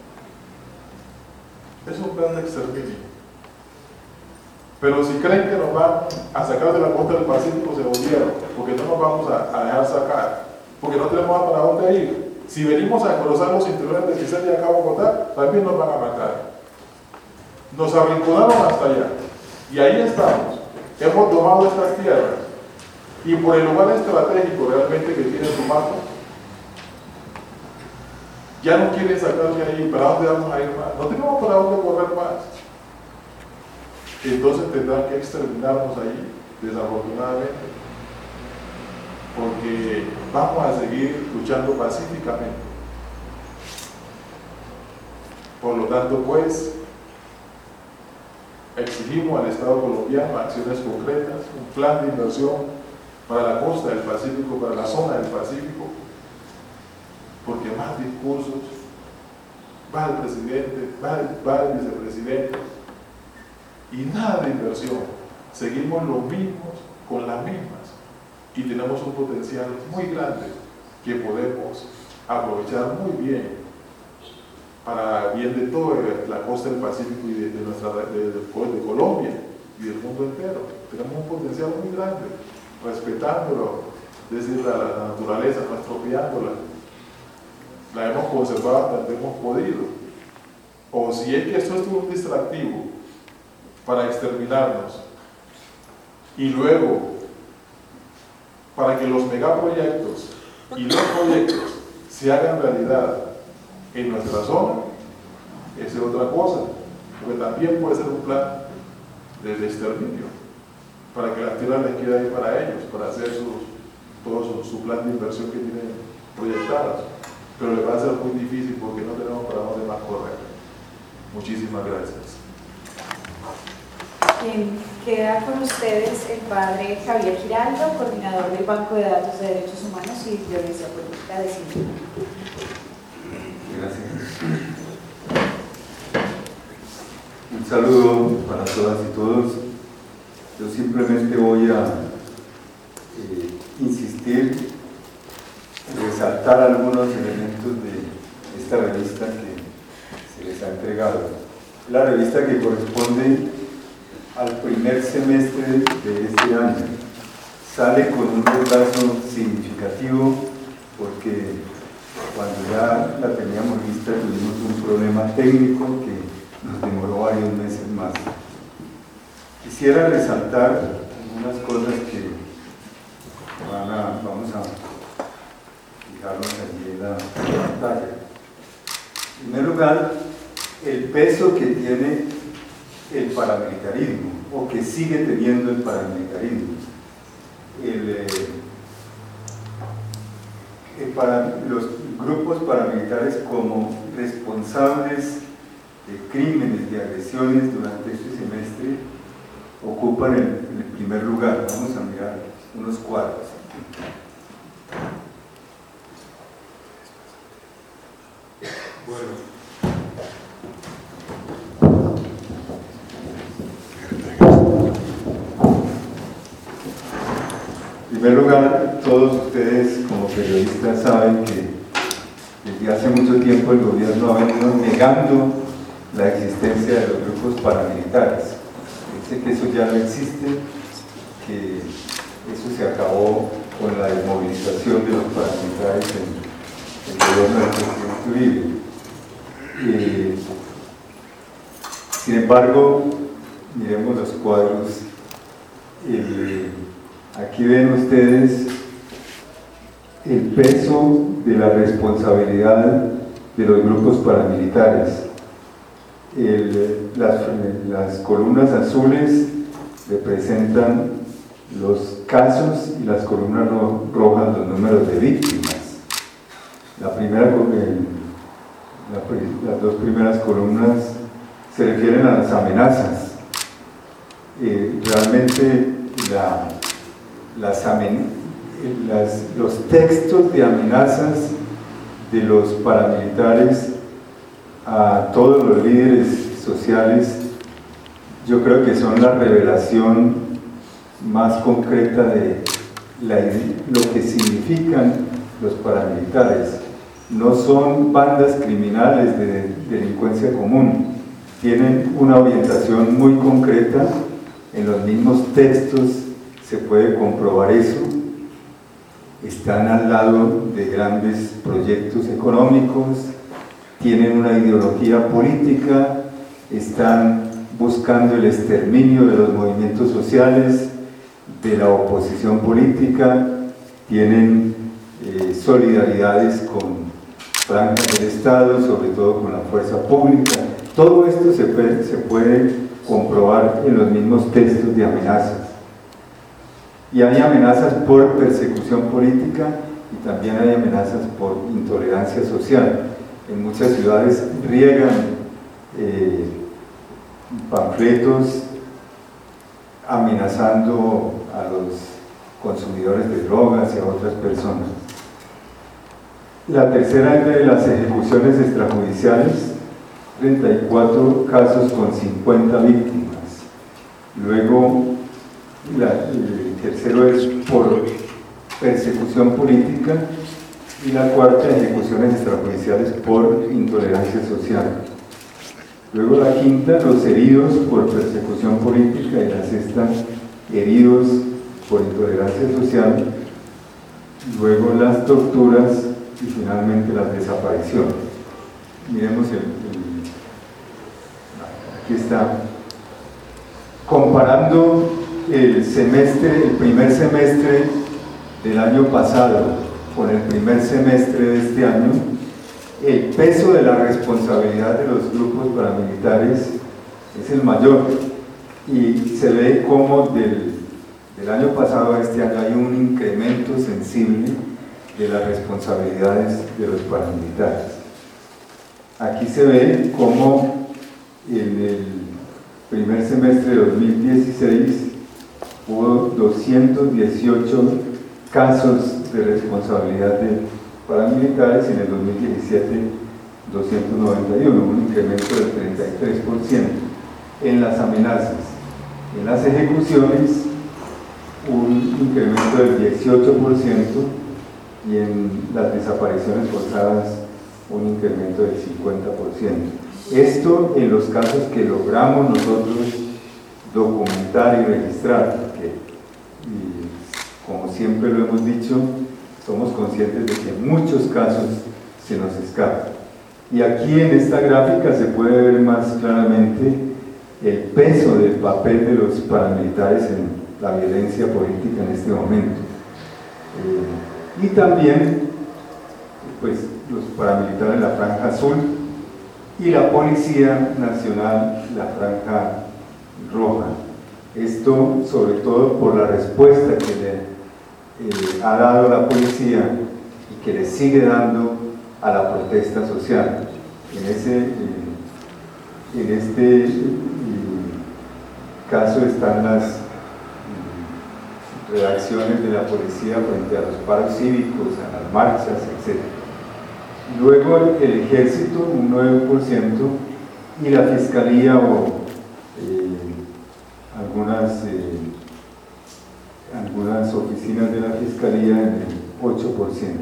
D: Es un plan de exterminio. Pero si creen que nos van a sacar de la costa del Pacífico, se hundieron, porque no nos vamos a, a dejar sacar, porque no tenemos para dónde ir. Si venimos a cruzar los cinturones de Cisel y acá a Bogotá, también nos van a matar. Nos arrinconaron hasta allá, y ahí estamos. Hemos tomado estas tierras, y por el lugar estratégico realmente que tiene Tumaco, ya no quieren sacar de ahí. ¿Para dónde vamos a ir más? No tenemos para dónde correr más. Entonces tendrán que exterminarnos ahí, desafortunadamente, porque vamos a seguir luchando pacíficamente. Por lo tanto, pues, exigimos al Estado colombiano acciones concretas, un plan de inversión para la costa del Pacífico, para la zona del Pacífico, porque más discursos, va el presidente, va el, va el vicepresidente, y nada de inversión. Seguimos los mismos con las mismas, y tenemos un potencial muy grande que podemos aprovechar muy bien para bien de toda la costa del Pacífico y de, de, nuestra, de, de, de Colombia y del mundo entero. Tenemos un potencial muy grande, respetándolo, es decir, la, la naturaleza, no estropeándola. La hemos conservado hasta donde hemos podido. O si es que esto es un distractivo para exterminarnos, y luego para que los megaproyectos y los proyectos se hagan realidad en nuestra zona, esa es otra cosa, porque también puede ser un plan de exterminio, para que las tierras les quede ahí para ellos, para hacer sus, todo su, su plan de inversión que tienen proyectadas, pero les va a ser muy difícil porque no tenemos para dónde más correr. Muchísimas gracias.
A: Quien queda con ustedes el padre Javier Giraldo, coordinador del Banco de Datos de Derechos Humanos y Violencia Política de Cine.
E: Gracias. Un saludo para todas y todos. Yo simplemente voy a eh, insistir, resaltar algunos elementos de esta revista que se les ha entregado. La revista que corresponde al primer semestre de este año. Sale con un retraso significativo porque cuando ya la teníamos lista tuvimos un problema técnico que nos demoró varios meses más. Quisiera resaltar algunas cosas que van a, vamos a fijarnos allí en la pantalla. En primer lugar, el peso que tiene el paramilitarismo, o que sigue teniendo el paramilitarismo. El, eh, el para, los grupos paramilitares como responsables de crímenes, de agresiones durante este semestre ocupan el, el primer lugar. Vamos a mirar unos cuadros. Bueno. En primer lugar, todos ustedes como periodistas saben que desde hace mucho tiempo el gobierno ha venido negando la existencia de los grupos paramilitares. Dice que eso ya no existe, que eso se acabó con la desmovilización de los paramilitares en el gobierno del presidente Uribe. Eh, sin embargo, miremos los cuadros. El, Aquí ven ustedes el peso de la responsabilidad de los grupos paramilitares. El, las, las columnas azules representan los casos y las columnas ro rojas, los números de víctimas. La primera, eh, la, las dos primeras columnas se refieren a las amenazas. Eh, realmente la, las amen las, los textos de amenazas de los paramilitares a todos los líderes sociales, yo creo que son la revelación más concreta de la, lo que significan los paramilitares. No son bandas criminales de delincuencia común, tienen una orientación muy concreta. En los mismos textos se puede comprobar eso. Están al lado de grandes proyectos económicos, tienen una ideología política, están buscando el exterminio de los movimientos sociales, de la oposición política, tienen eh, solidaridades con franjas del Estado, sobre todo con la fuerza pública. Todo esto se puede, se puede comprobar en los mismos textos de amenazas. Y hay amenazas por persecución política y también hay amenazas por intolerancia social. En muchas ciudades riegan eh, panfletos amenazando a los consumidores de drogas y a otras personas. La tercera es de las ejecuciones extrajudiciales, treinta y cuatro casos con cincuenta víctimas. Luego, la, el tercero es por persecución política y la cuarta, ejecuciones extrajudiciales por intolerancia social. Luego la quinta, los heridos por persecución política, y la sexta, heridos por intolerancia social. Luego las torturas y finalmente las desapariciones. Miremos el, el aquí está, comparando el semestre, el primer semestre del año pasado con el primer semestre de este año, el peso de la responsabilidad de los grupos paramilitares es el mayor, y se ve como del, del año pasado a este año hay un incremento sensible de las responsabilidades de los paramilitares. Aquí se ve como en el primer semestre de dos mil dieciséis hubo doscientos dieciocho casos de responsabilidad de paramilitares y en el dos mil diecisiete doscientos noventa y uno, un incremento del treinta y tres por ciento. En las amenazas, en las ejecuciones, un incremento del dieciocho por ciento y en las desapariciones forzadas un incremento del cincuenta por ciento. Esto en los casos que logramos nosotros documentar y registrar, porque, y como siempre lo hemos dicho, somos conscientes de que en muchos casos se nos escapa. Y aquí en esta gráfica se puede ver más claramente el peso del papel de los paramilitares en la violencia política en este momento. Eh, y también, pues, los paramilitares en la franja azul y la Policía Nacional, la franja roja. Esto sobre todo por la respuesta que le eh, ha dado la policía y que le sigue dando a la protesta social. En, ese, eh, en este eh, caso están las eh, reacciones de la policía frente a los paros cívicos, a las marchas, etcétera. Luego el ejército, un nueve por ciento, y la fiscalía o eh, algunas, eh, algunas oficinas de la fiscalía en el ocho por ciento.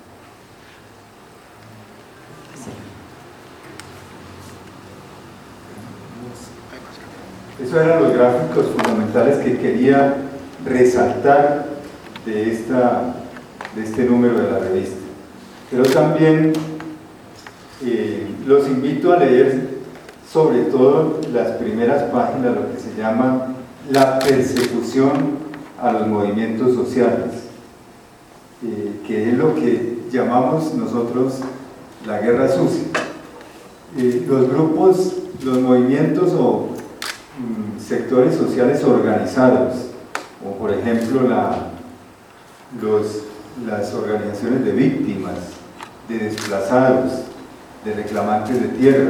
E: Esos eran los gráficos fundamentales que quería resaltar de, esta, de este número de la revista. Pero también eh, los invito a leer sobre todo las primeras páginas, lo que se llama la persecución a los movimientos sociales, eh, que es lo que llamamos nosotros la guerra sucia. Eh, los grupos, los movimientos o mm, sectores sociales organizados, como por ejemplo la, los, las organizaciones de víctimas, de desplazados, de reclamantes de tierra,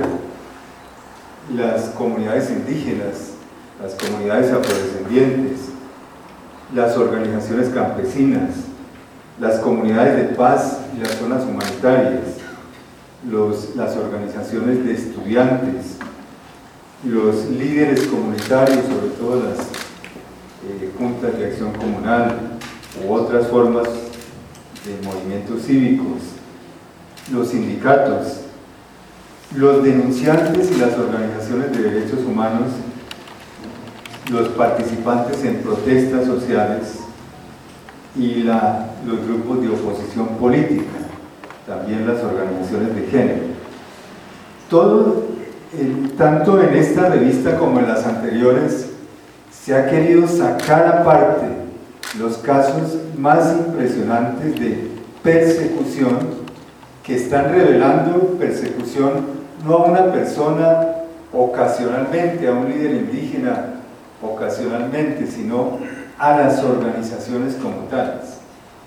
E: las comunidades indígenas, las comunidades afrodescendientes, las organizaciones campesinas, las comunidades de paz y las zonas humanitarias, los, las organizaciones de estudiantes, los líderes comunitarios, sobre todo las eh, juntas de acción comunal u otras formas de movimientos cívicos, los sindicatos, los denunciantes y las organizaciones de derechos humanos, los participantes en protestas sociales y la, los grupos de oposición política, también las organizaciones de género. Todo, eh, tanto en esta revista como en las anteriores, se ha querido sacar aparte los casos más impresionantes de persecución que están revelando persecución no a una persona ocasionalmente, a un líder indígena ocasionalmente, sino a las organizaciones como tales.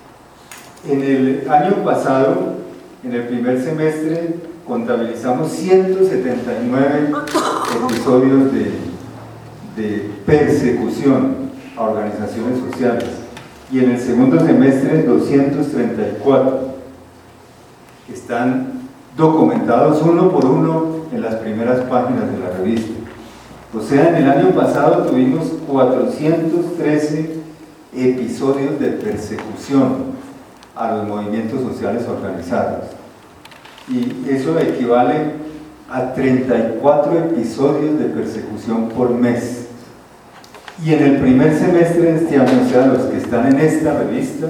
E: En el año pasado, en el primer semestre, contabilizamos ciento setenta y nueve episodios de, de persecución a organizaciones sociales y en el segundo semestre doscientos treinta y cuatro. Están documentados uno por uno en las primeras páginas de la revista. O sea, en el año pasado tuvimos cuatrocientos trece episodios de persecución a los movimientos sociales organizados. Y eso equivale a treinta y cuatro episodios de persecución por mes. Y en el primer semestre de este año, o sea, los que están en esta revista,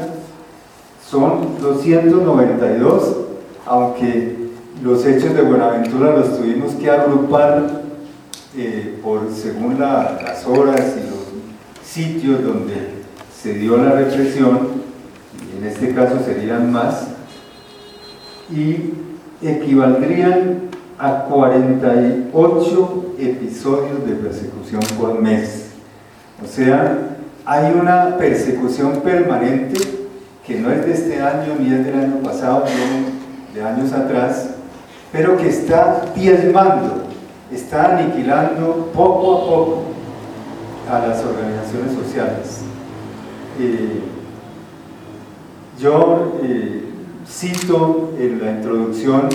E: son doscientos noventa y dos, aunque los hechos de Buenaventura los tuvimos que agrupar eh, por, según la, las horas y los sitios donde se dio la represión, y en este caso serían más, y equivaldrían a cuarenta y ocho episodios de persecución por mes. O sea, hay una persecución permanente que no es de este año ni es del año pasado, viene de años atrás, pero que está diezmando, está aniquilando poco a poco a las organizaciones sociales. Eh, yo eh, cito en la introducción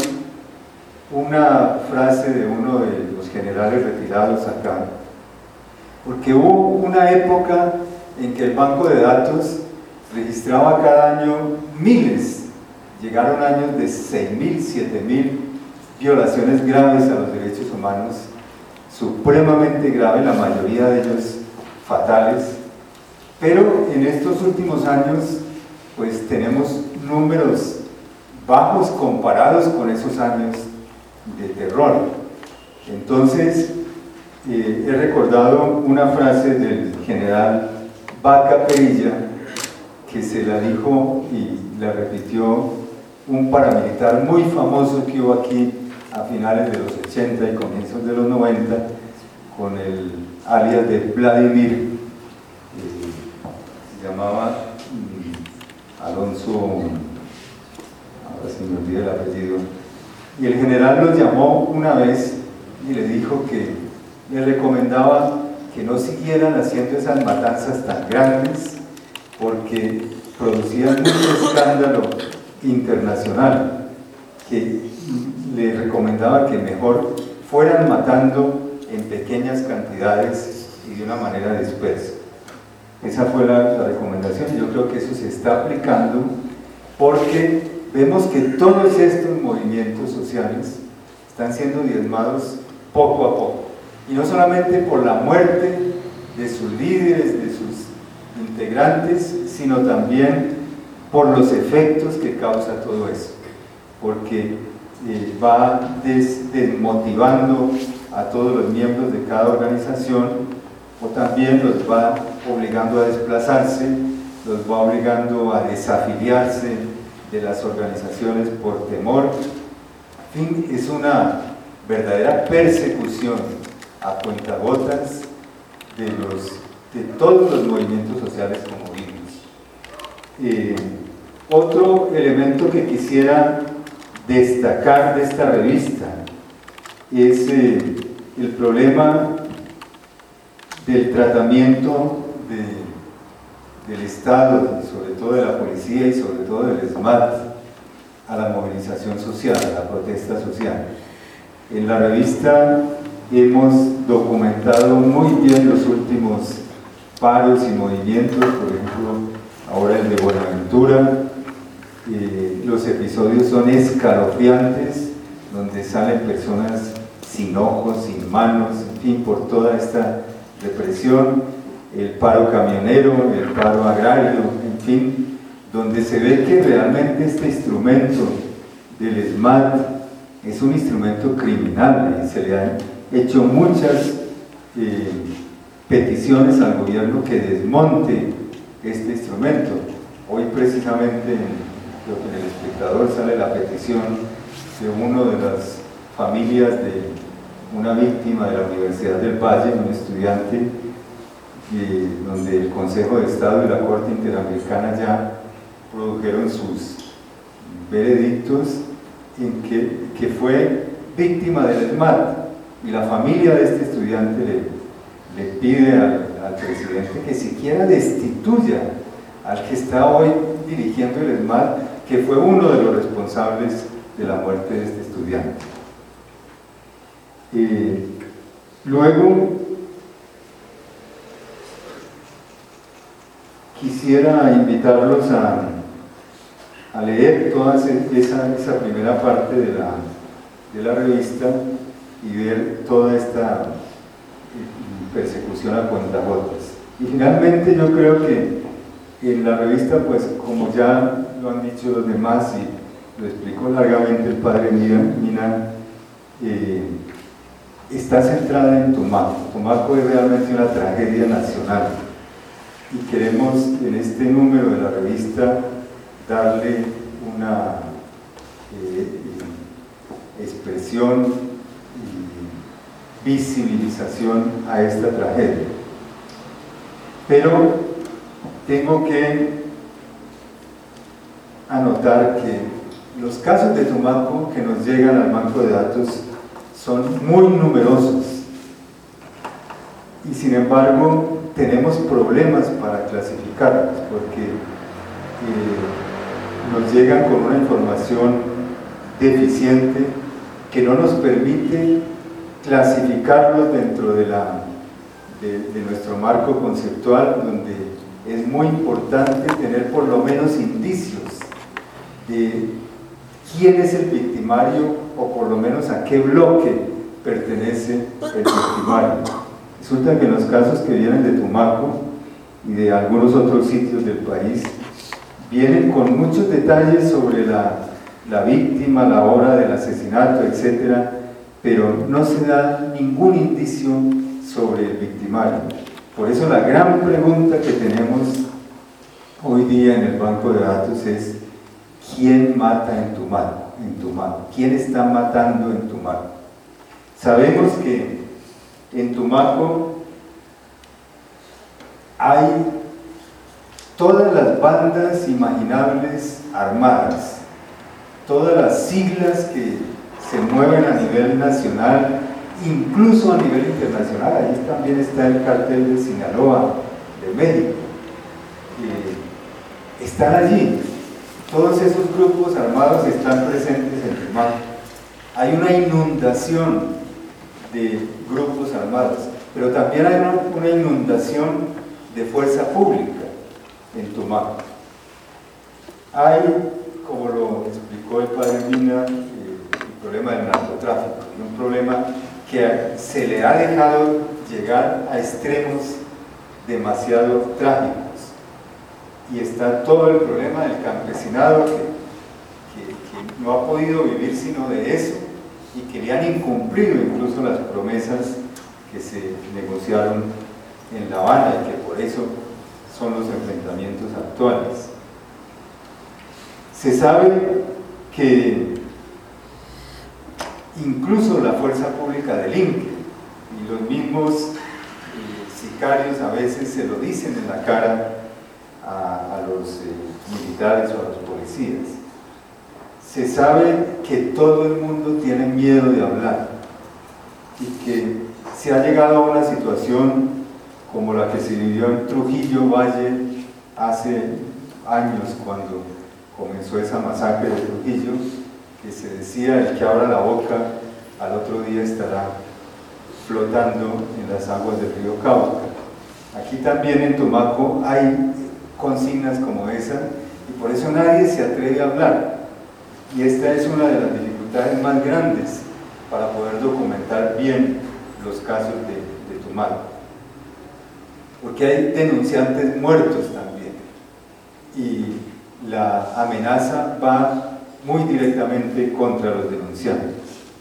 E: una frase de uno de los generales retirados acá, porque hubo una época en que el banco de datos registraba cada año miles, llegaron años de seis mil, siete mil violaciones graves a los derechos humanos, supremamente graves, la mayoría de ellos fatales, pero en estos últimos años pues tenemos números bajos comparados con esos años de terror. Entonces eh, he recordado una frase del general Vaca Perilla que se la dijo y la repitió un paramilitar muy famoso que hubo aquí a finales de los ochenta y comienzos de los noventa, con el alias de Vladimir, eh, se llamaba mm, Alonso, ahora se me olvida el apellido, y el general lo llamó una vez y le dijo que le recomendaba que no siguieran haciendo esas matanzas tan grandes porque producían mucho escándalo internacional, que le recomendaba que mejor fueran matando en pequeñas cantidades y de una manera dispersa. Esa fue la, la recomendación. Yo creo que eso se está aplicando porque vemos que todos estos movimientos sociales están siendo diezmados poco a poco, y no solamente por la muerte de sus líderes, de sus integrantes, sino también por los efectos que causa todo eso, porque eh, va des, desmotivando a todos los miembros de cada organización, o también los va obligando a desplazarse, los va obligando a desafiliarse de las organizaciones por temor. En fin, es una verdadera persecución a cuentagotas de, los, de todos los movimientos sociales, como vimos. Eh, otro elemento que quisiera destacar de esta revista es eh, el problema del tratamiento de, del Estado, sobre todo de la policía y sobre todo del ESMAD, a la movilización social, a la protesta social. En la revista hemos documentado muy bien los últimos paros y movimientos, por ejemplo, ahora el de Buenaventura. Eh, los episodios son escalofriantes, donde salen personas sin ojos, sin manos, en fin, por toda esta represión, el paro camionero, el paro agrario, en fin, donde se ve que realmente este instrumento del ESMAD es un instrumento criminal y se le han hecho muchas eh, peticiones al gobierno que desmonte este instrumento. Hoy precisamente en, creo que en El Espectador sale la petición de una de las familias de una víctima de la Universidad del Valle, un estudiante, eh, donde el Consejo de Estado y la Corte Interamericana ya produjeron sus veredictos en que, que fue víctima del ESMAD, y la familia de este estudiante le, le pide al, al presidente que siquiera destituya al que está hoy dirigiendo el ESMAD, que fue uno de los responsables de la muerte de este estudiante. Eh, luego, quisiera invitarlos a, a leer toda esa, esa primera parte de la, de la revista y ver toda esta persecución a cuentagotas. Y finalmente yo creo que en la revista, pues como ya lo han dicho los demás y lo explicó largamente el padre Mina, eh, está centrada en Tumaco. Tumaco es realmente una tragedia nacional y queremos en este número de la revista darle una eh, expresión y visibilización a esta tragedia. Pero tengo que anotar que los casos de Tumaco que nos llegan al banco de datos son muy numerosos y sin embargo tenemos problemas para clasificarlos porque eh, nos llegan con una información deficiente que no nos permite clasificarlos dentro de, la, de, de nuestro marco conceptual, donde es muy importante tener por lo menos indicios de quién es el victimario o por lo menos a qué bloque pertenece el victimario. Resulta que en los casos que vienen de Tumaco y de algunos otros sitios del país vienen con muchos detalles sobre la, la víctima, la hora del asesinato, etcétera, pero no se da ningún indicio sobre el victimario. Por eso la gran pregunta que tenemos hoy día en el banco de datos es: ¿quién mata en Tumaco? En Tumaco? ¿Quién está matando en Tumaco? Sabemos que en Tumaco hay todas las bandas imaginables armadas, todas las siglas que se mueven a nivel nacional, incluso a nivel internacional. Ahí también está el cartel de Sinaloa, de México. Eh, están allí. Todos esos grupos armados están presentes en Tumaco. Hay una inundación de grupos armados, pero también hay una, una inundación de fuerza pública en Tumaco. Hay, como lo explicó el padre Mina, eh, el problema del narcotráfico, un problema que se le ha dejado llegar a extremos demasiado trágicos. Y está todo el problema del campesinado que, que, que no ha podido vivir sino de eso y que le han incumplido incluso las promesas que se negociaron en La Habana y que por eso son los enfrentamientos actuales. Se sabe que incluso la fuerza pública delinque y los mismos eh, sicarios a veces se lo dicen en la cara a, a los eh, militares o a los policías. Se sabe que todo el mundo tiene miedo de hablar y que se ha llegado a una situación como la que se vivió en Trujillo Valle hace años, cuando comenzó esa masacre de Trujillo, que se decía: el que abra la boca al otro día estará flotando en las aguas del río Cauca. Aquí también en Tumaco hay consignas como esa y por eso nadie se atreve a hablar, y esta es una de las dificultades más grandes para poder documentar bien los casos de, de Tumaco, porque hay denunciantes muertos también y la amenaza va muy directamente contra los denunciantes.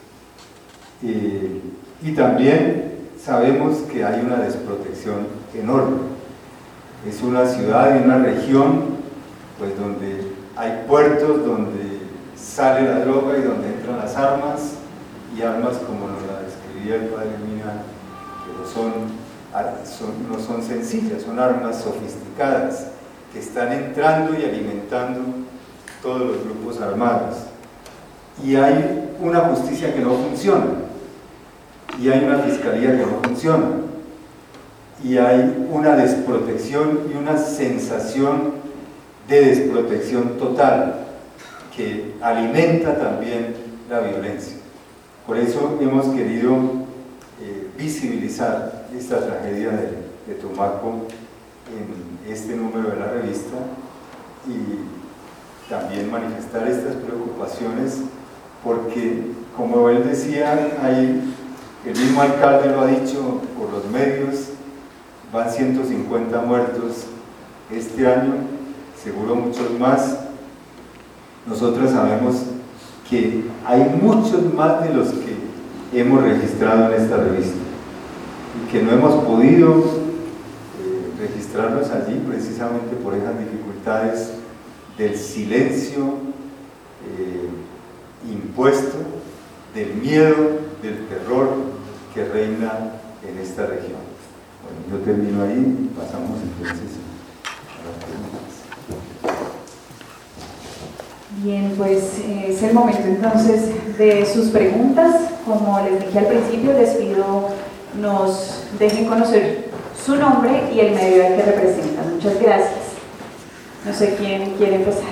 E: Eh, y también sabemos que hay una desprotección enorme. Es una ciudad y una región pues donde hay puertos, donde sale la droga y donde entran las armas, y armas como nos la describía el padre Mina, que no son, son, no son sencillas, son armas sofisticadas que están entrando y alimentando todos los grupos armados. Y hay una justicia que no funciona, y hay una fiscalía que no funciona, y hay una desprotección y una sensación de desprotección total que alimenta también la violencia. Por eso hemos querido eh, visibilizar esta tragedia de, de Tumaco en este número de la revista, y también manifestar estas preocupaciones, porque, como él decía, hay, el mismo alcalde lo ha dicho por los medios, van ciento cincuenta muertos este año, seguro muchos más. Nosotros sabemos que hay muchos más de los que hemos registrado en esta revista y que no hemos podido eh, registrarlos allí precisamente por esas dificultades del silencio eh, impuesto, del miedo, del terror que reina en esta región. Bueno, yo termino ahí y pasamos entonces a las preguntas.
A: Bien, pues eh, es el momento entonces de sus preguntas. Como les dije al principio, les pido nos dejen conocer su nombre y el medio al que representan. Muchas gracias. No sé quién quiere empezar.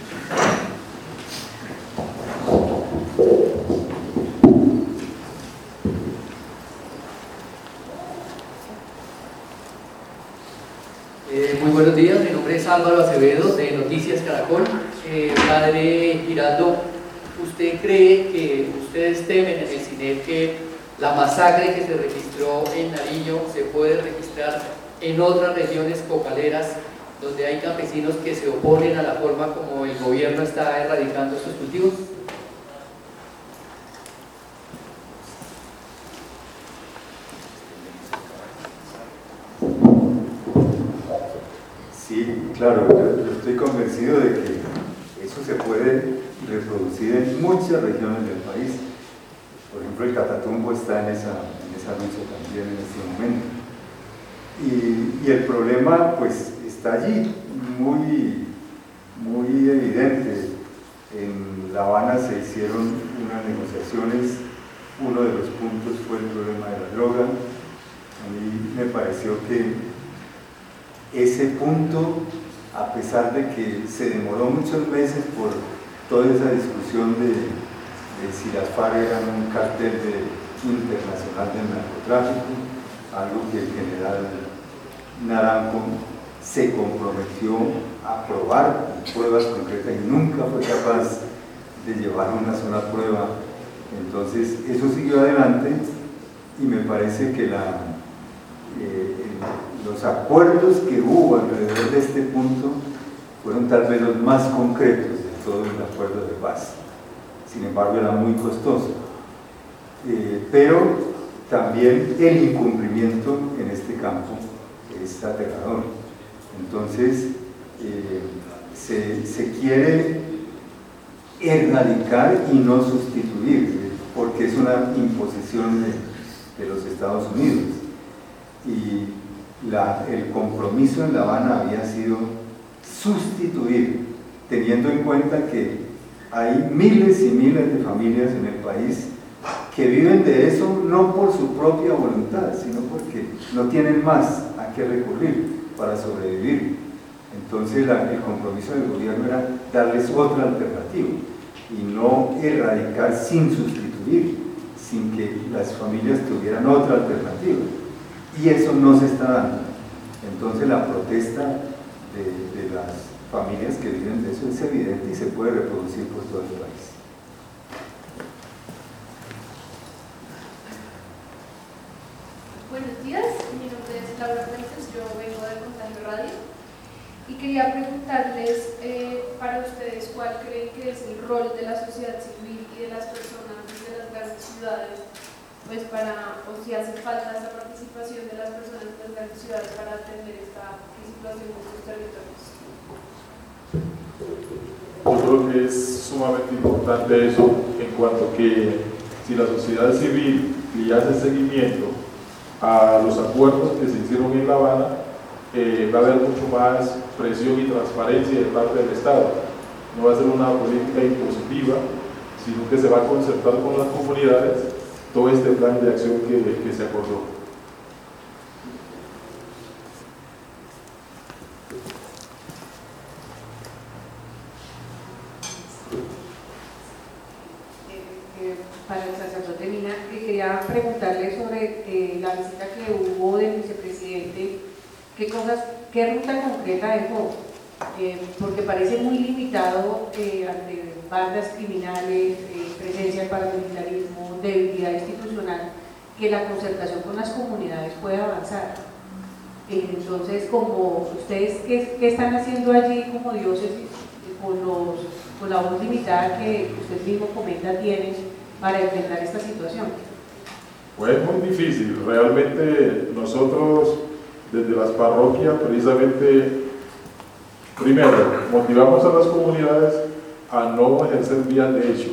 F: Eh, muy buenos días, mi nombre es Álvaro Acevedo de Noticias Caracol. Eh, padre Giraldo, ¿usted cree que ustedes temen en el CINEP que la masacre que se registró en Nariño se puede registrar en otras regiones cocaleras donde hay campesinos que se oponen a la forma como el gobierno está erradicando estos cultivos?
E: Sí, claro, yo estoy convencido de que eso se puede reproducir en muchas regiones del país. Por ejemplo, el Catatumbo está en esa, en esa lucha también en este momento. Y, y el problema pues está allí, muy, muy evidente. En La Habana se hicieron unas negociaciones, uno de los puntos fue el problema de la droga. A mí me pareció que ese punto, a pesar de que se demoró muchos meses por toda esa discusión de, de si las FARC eran un cartel de, internacional del narcotráfico, algo que el general Naranjo se comprometió a probar pruebas concretas y nunca fue capaz de llevar una sola prueba. Entonces eso siguió adelante y me parece que la, eh, los acuerdos que hubo alrededor de este punto fueron tal vez los más concretos de todo el acuerdo de paz. Sin embargo, era muy costoso. Eh, pero también el incumplimiento en este campo es aterrador. Entonces, eh, se, se quiere erradicar y no sustituir, porque es una imposición de, de los Estados Unidos. Y la, el compromiso en La Habana había sido sustituir, teniendo en cuenta que hay miles y miles de familias en el país que viven de eso no por su propia voluntad, sino porque no tienen más a qué recurrir para sobrevivir. Entonces la, el compromiso del gobierno era darles otra alternativa y no erradicar sin sustituir, sin que las familias tuvieran otra alternativa. Y eso no se está dando. Entonces la protesta de, de las familias que viven de eso es evidente y se puede reproducir por todo el país.
G: Buenos días, mi nombre es Laura Fuentes, yo vengo de Contagio Radio y quería preguntarles eh, para ustedes cuál creen que es el rol de la sociedad civil y de las personas de las grandes ciudades, pues para, o si hace falta esa participación de las personas de las grandes ciudades para atender esta situación de sus territorios.
D: Yo creo que es sumamente importante eso en cuanto que si la sociedad civil le hace seguimiento a los acuerdos que se hicieron en La Habana, eh, va a haber mucho más presión y transparencia de parte del Estado. No va a ser una política impositiva, sino que se va a concertar con las comunidades todo este plan de acción que, que se acordó.
H: Para el sacerdote Mina, que quería preguntarle sobre eh, la visita que hubo del vicepresidente, qué cosas, qué ruta concreta dejó, eh, porque parece muy limitado eh, ante bandas criminales, eh, presencia del paramilitarismo, debilidad institucional, que la concertación con las comunidades pueda avanzar. Eh, entonces, como ustedes, ¿qué, qué están haciendo allí como diócesis con, los, con la voz limitada que usted mismo comenta tienen para enfrentar esta situación?
D: Pues es muy difícil, realmente nosotros desde las parroquias precisamente, primero, motivamos a las comunidades a no ejercer vías de hecho.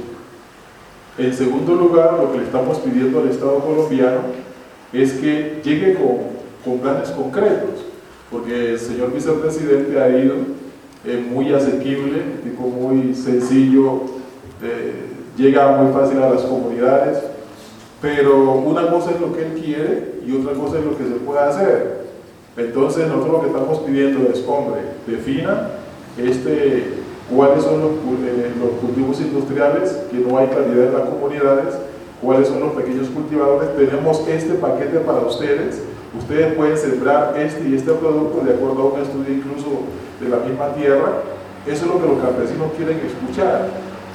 D: En segundo lugar, lo que le estamos pidiendo al Estado colombiano es que llegue con, con planes concretos, porque el señor vicepresidente ha ido eh, muy asequible, tipo muy sencillo, eh, llega muy fácil a las comunidades, pero una cosa es lo que él quiere y otra cosa es lo que se puede hacer. Entonces nosotros lo que estamos pidiendo es, hombre, defina este, cuáles son los, eh, los cultivos industriales, que no hay claridad en las comunidades, cuáles son los pequeños cultivadores, tenemos este paquete para ustedes, ustedes pueden sembrar este y este producto de acuerdo a un estudio incluso de la misma tierra. Eso es lo que los campesinos quieren escuchar,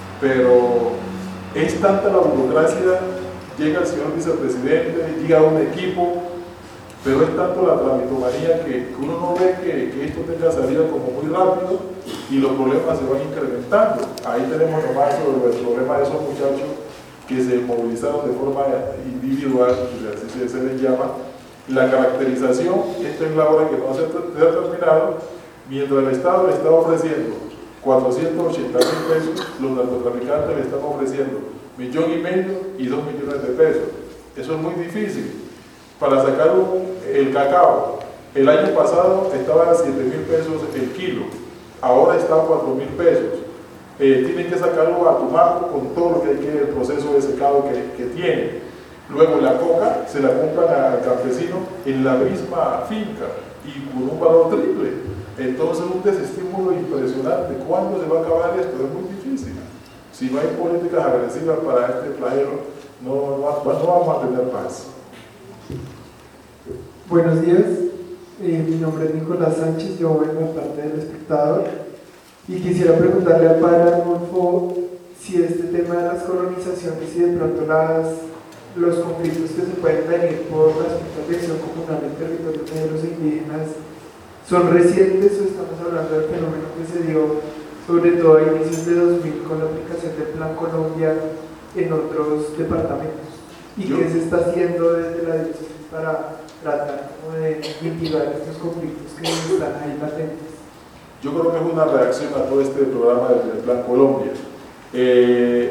D: pero es tanta la burocracia, llega el señor vicepresidente, llega un equipo, pero es tanto la tramitomanía que, que uno no ve que, que esto tenga salida como muy rápido y los problemas se van incrementando. Ahí tenemos nomás sobre el problema de esos muchachos que se movilizaron de forma individual, así se, se les llama. La caracterización, esta es la hora que no se ha terminado, mientras el Estado le está ofreciendo cuatrocientos ochenta mil pesos, los narcotraficantes le están ofreciendo millón y medio y dos millones de pesos. Eso es muy difícil. Para sacar un, el cacao, el año pasado estaba a siete mil pesos el kilo, ahora está a cuatro mil pesos. Eh, tienen que sacarlo a Tumaco con todo lo que hay que, el proceso de secado que, que tiene. Luego la coca se la compran al campesino en la misma finca y con un valor triple. Entonces un desestímulo impresionante. ¿Cuándo se va a acabar esto? Es muy difícil. Si no hay políticas agresivas para este flagelo, no, no, no vamos a tener paz.
I: Buenos días, eh, mi nombre es Nicolás Sánchez, yo vengo de parte del Espectador y quisiera preguntarle a Padre Arnulfo si este tema de las colonizaciones y de pronto las, los conflictos que se pueden venir por la protección comunal en territorios negros e indígenas son recientes o estamos hablando del fenómeno que se dio sobre todo a inicios de dos mil con la aplicación del Plan Colombia en otros departamentos y
D: Yo,
I: qué se está haciendo desde la diócesis para tratar como de mitigar estos conflictos que están ahí latentes.
D: Yo creo que es una reacción a todo este programa del Plan Colombia. Eh,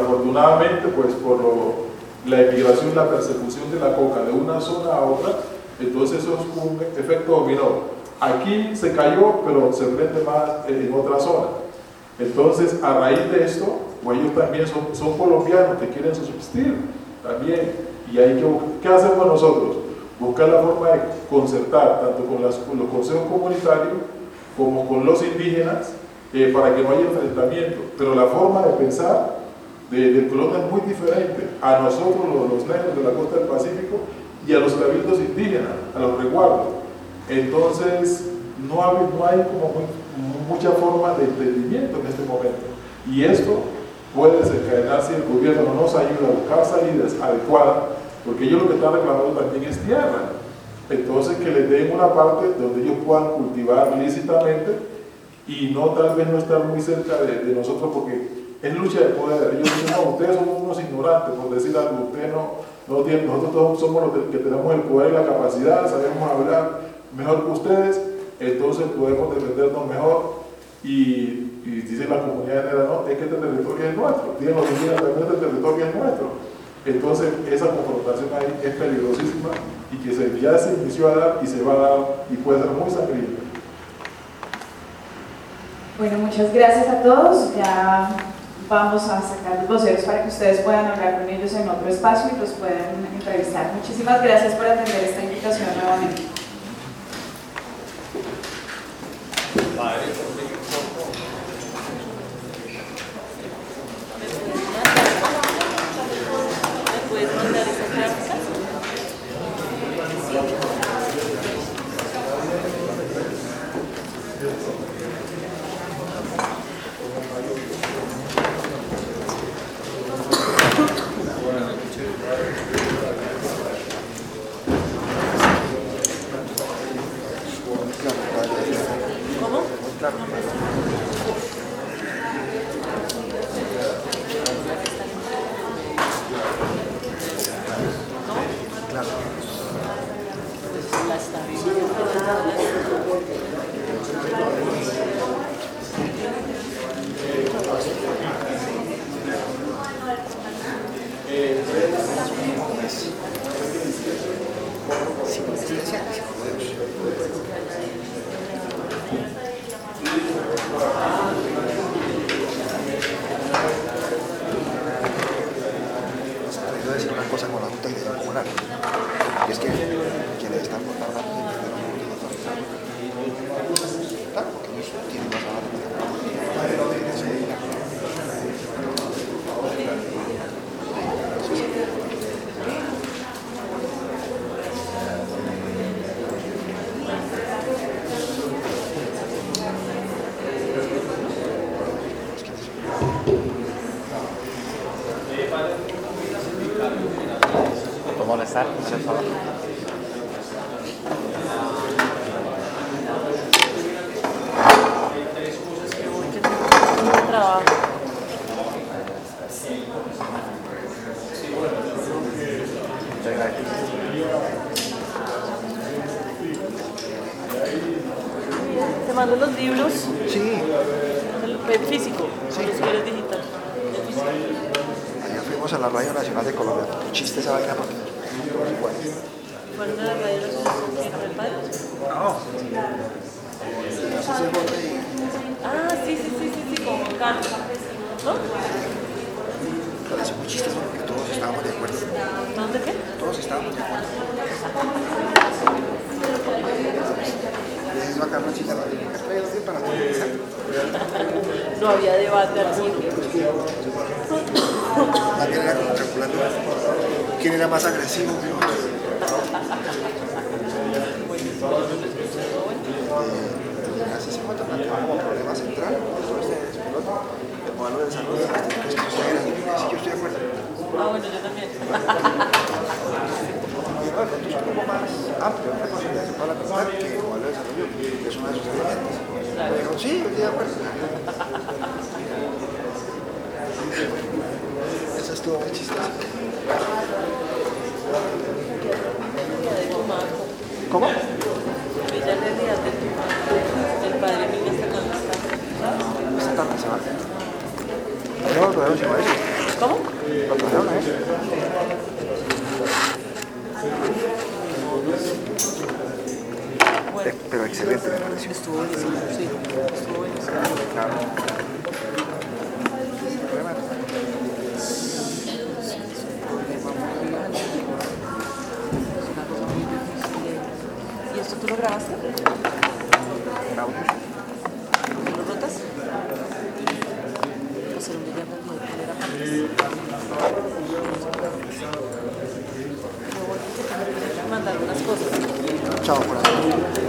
D: desafortunadamente, pues por lo, la emigración, la persecución de la coca de una zona a otra, Entonces eso es un efecto dominó. Aquí se cayó, pero se prende más en otra zona. Entonces, a raíz de esto, pues ellos también son, son colombianos que quieren subsistir también. Y hay que, ¿qué hacemos nosotros? Buscar la forma de concertar tanto con, las, con los consejos comunitarios como con los indígenas eh, para que no haya enfrentamiento. Pero la forma de pensar de, del Colombia es muy diferente a nosotros, los, los negros de la costa del Pacífico, y a los cabildos indígenas, a los resguardos. Entonces, no hay, no hay como muy, mucha forma de entendimiento en este momento. Y esto puede desencadenar si el gobierno no nos ayuda a buscar salidas adecuadas, porque ellos lo que están reclamando también es tierra. Entonces, que les den una parte donde ellos puedan cultivar lícitamente y no tal vez no estar muy cerca de, de nosotros, porque es lucha de poder. Ellos dicen, no, ustedes son unos ignorantes, por decir algo, ustedes no, no tienen, nosotros todos somos los que tenemos el poder y la capacidad, sabemos hablar mejor que ustedes, entonces podemos defendernos mejor. Y, y dice la comunidad negra, no, es que este territorio es nuestro, dicen los indígenas también, este territorio es nuestro. Entonces esa confrontación ahí es peligrosísima y que se, ya se inició a dar y se va a dar y puede ser muy sangrienta.
A: Bueno, muchas gracias a todos. Ya vamos a sacar los voceros para que ustedes puedan hablar con ellos en otro espacio y los puedan entrevistar. Muchísimas gracias por atender esta invitación nuevamente.
J: ¿Puedes mandar esas gráficas? ¿Cómo?
K: molestar, por favor.
J: Trabajo.
K: Muchas gracias.
J: Te mando los libros.
L: Sí.
J: El físico.
L: Sí.
J: Los libros digitales.
L: Ayer fuimos a la Radio Nacional de Colombia. Tu chiste esa vaina porque todos iguales.
J: ¿Fueron a la Radio Nacional del Padre?
L: No.
J: Ah, sí, sí, sí, sí, sí, con Carlos. ¿No?
L: Pareció muy chistoso porque todos estábamos de acuerdo.
J: ¿Dónde qué?
L: Todos estábamos de acuerdo. Le dices a Carlos Chica, ¿has traído bien para analizar?
J: No había debate alguno.
L: También era como calculando quién era más agresivo que otro. Así se encuentra como problema central, eso es el piloto, el modelo de desarrollo de las técnicas que usted sí, yo estoy de acuerdo.
J: Ah, bueno, yo también.
L: Y bueno, esto es un poco más amplio, una consolidación para la comunidad que el modelo de desarrollo es uno de sus elementos. Pero sí, yo estoy de acuerdo. Eso estuvo muy chistoso. ¿Cómo?
J: Bella realidad de tu madre. El padre mío hasta cuando está.
L: Esta tarde se va. No, todavía no se va a ir.
J: ¿Cómo?
L: Lo trajeron a él. Eh, pero excelente me pareció.
J: Estuvo buenísimo, sí, estuvo buenísimo.
L: Claro. Sin problema.
J: Es una cosa muy difícil. ¿Y esto tú lo grabaste?
L: Bravo.
J: ¿Tú lo rotas? Hacer un video como de primera parte. Pero bueno, que te mandar unas cosas.
L: Chao, por ahí.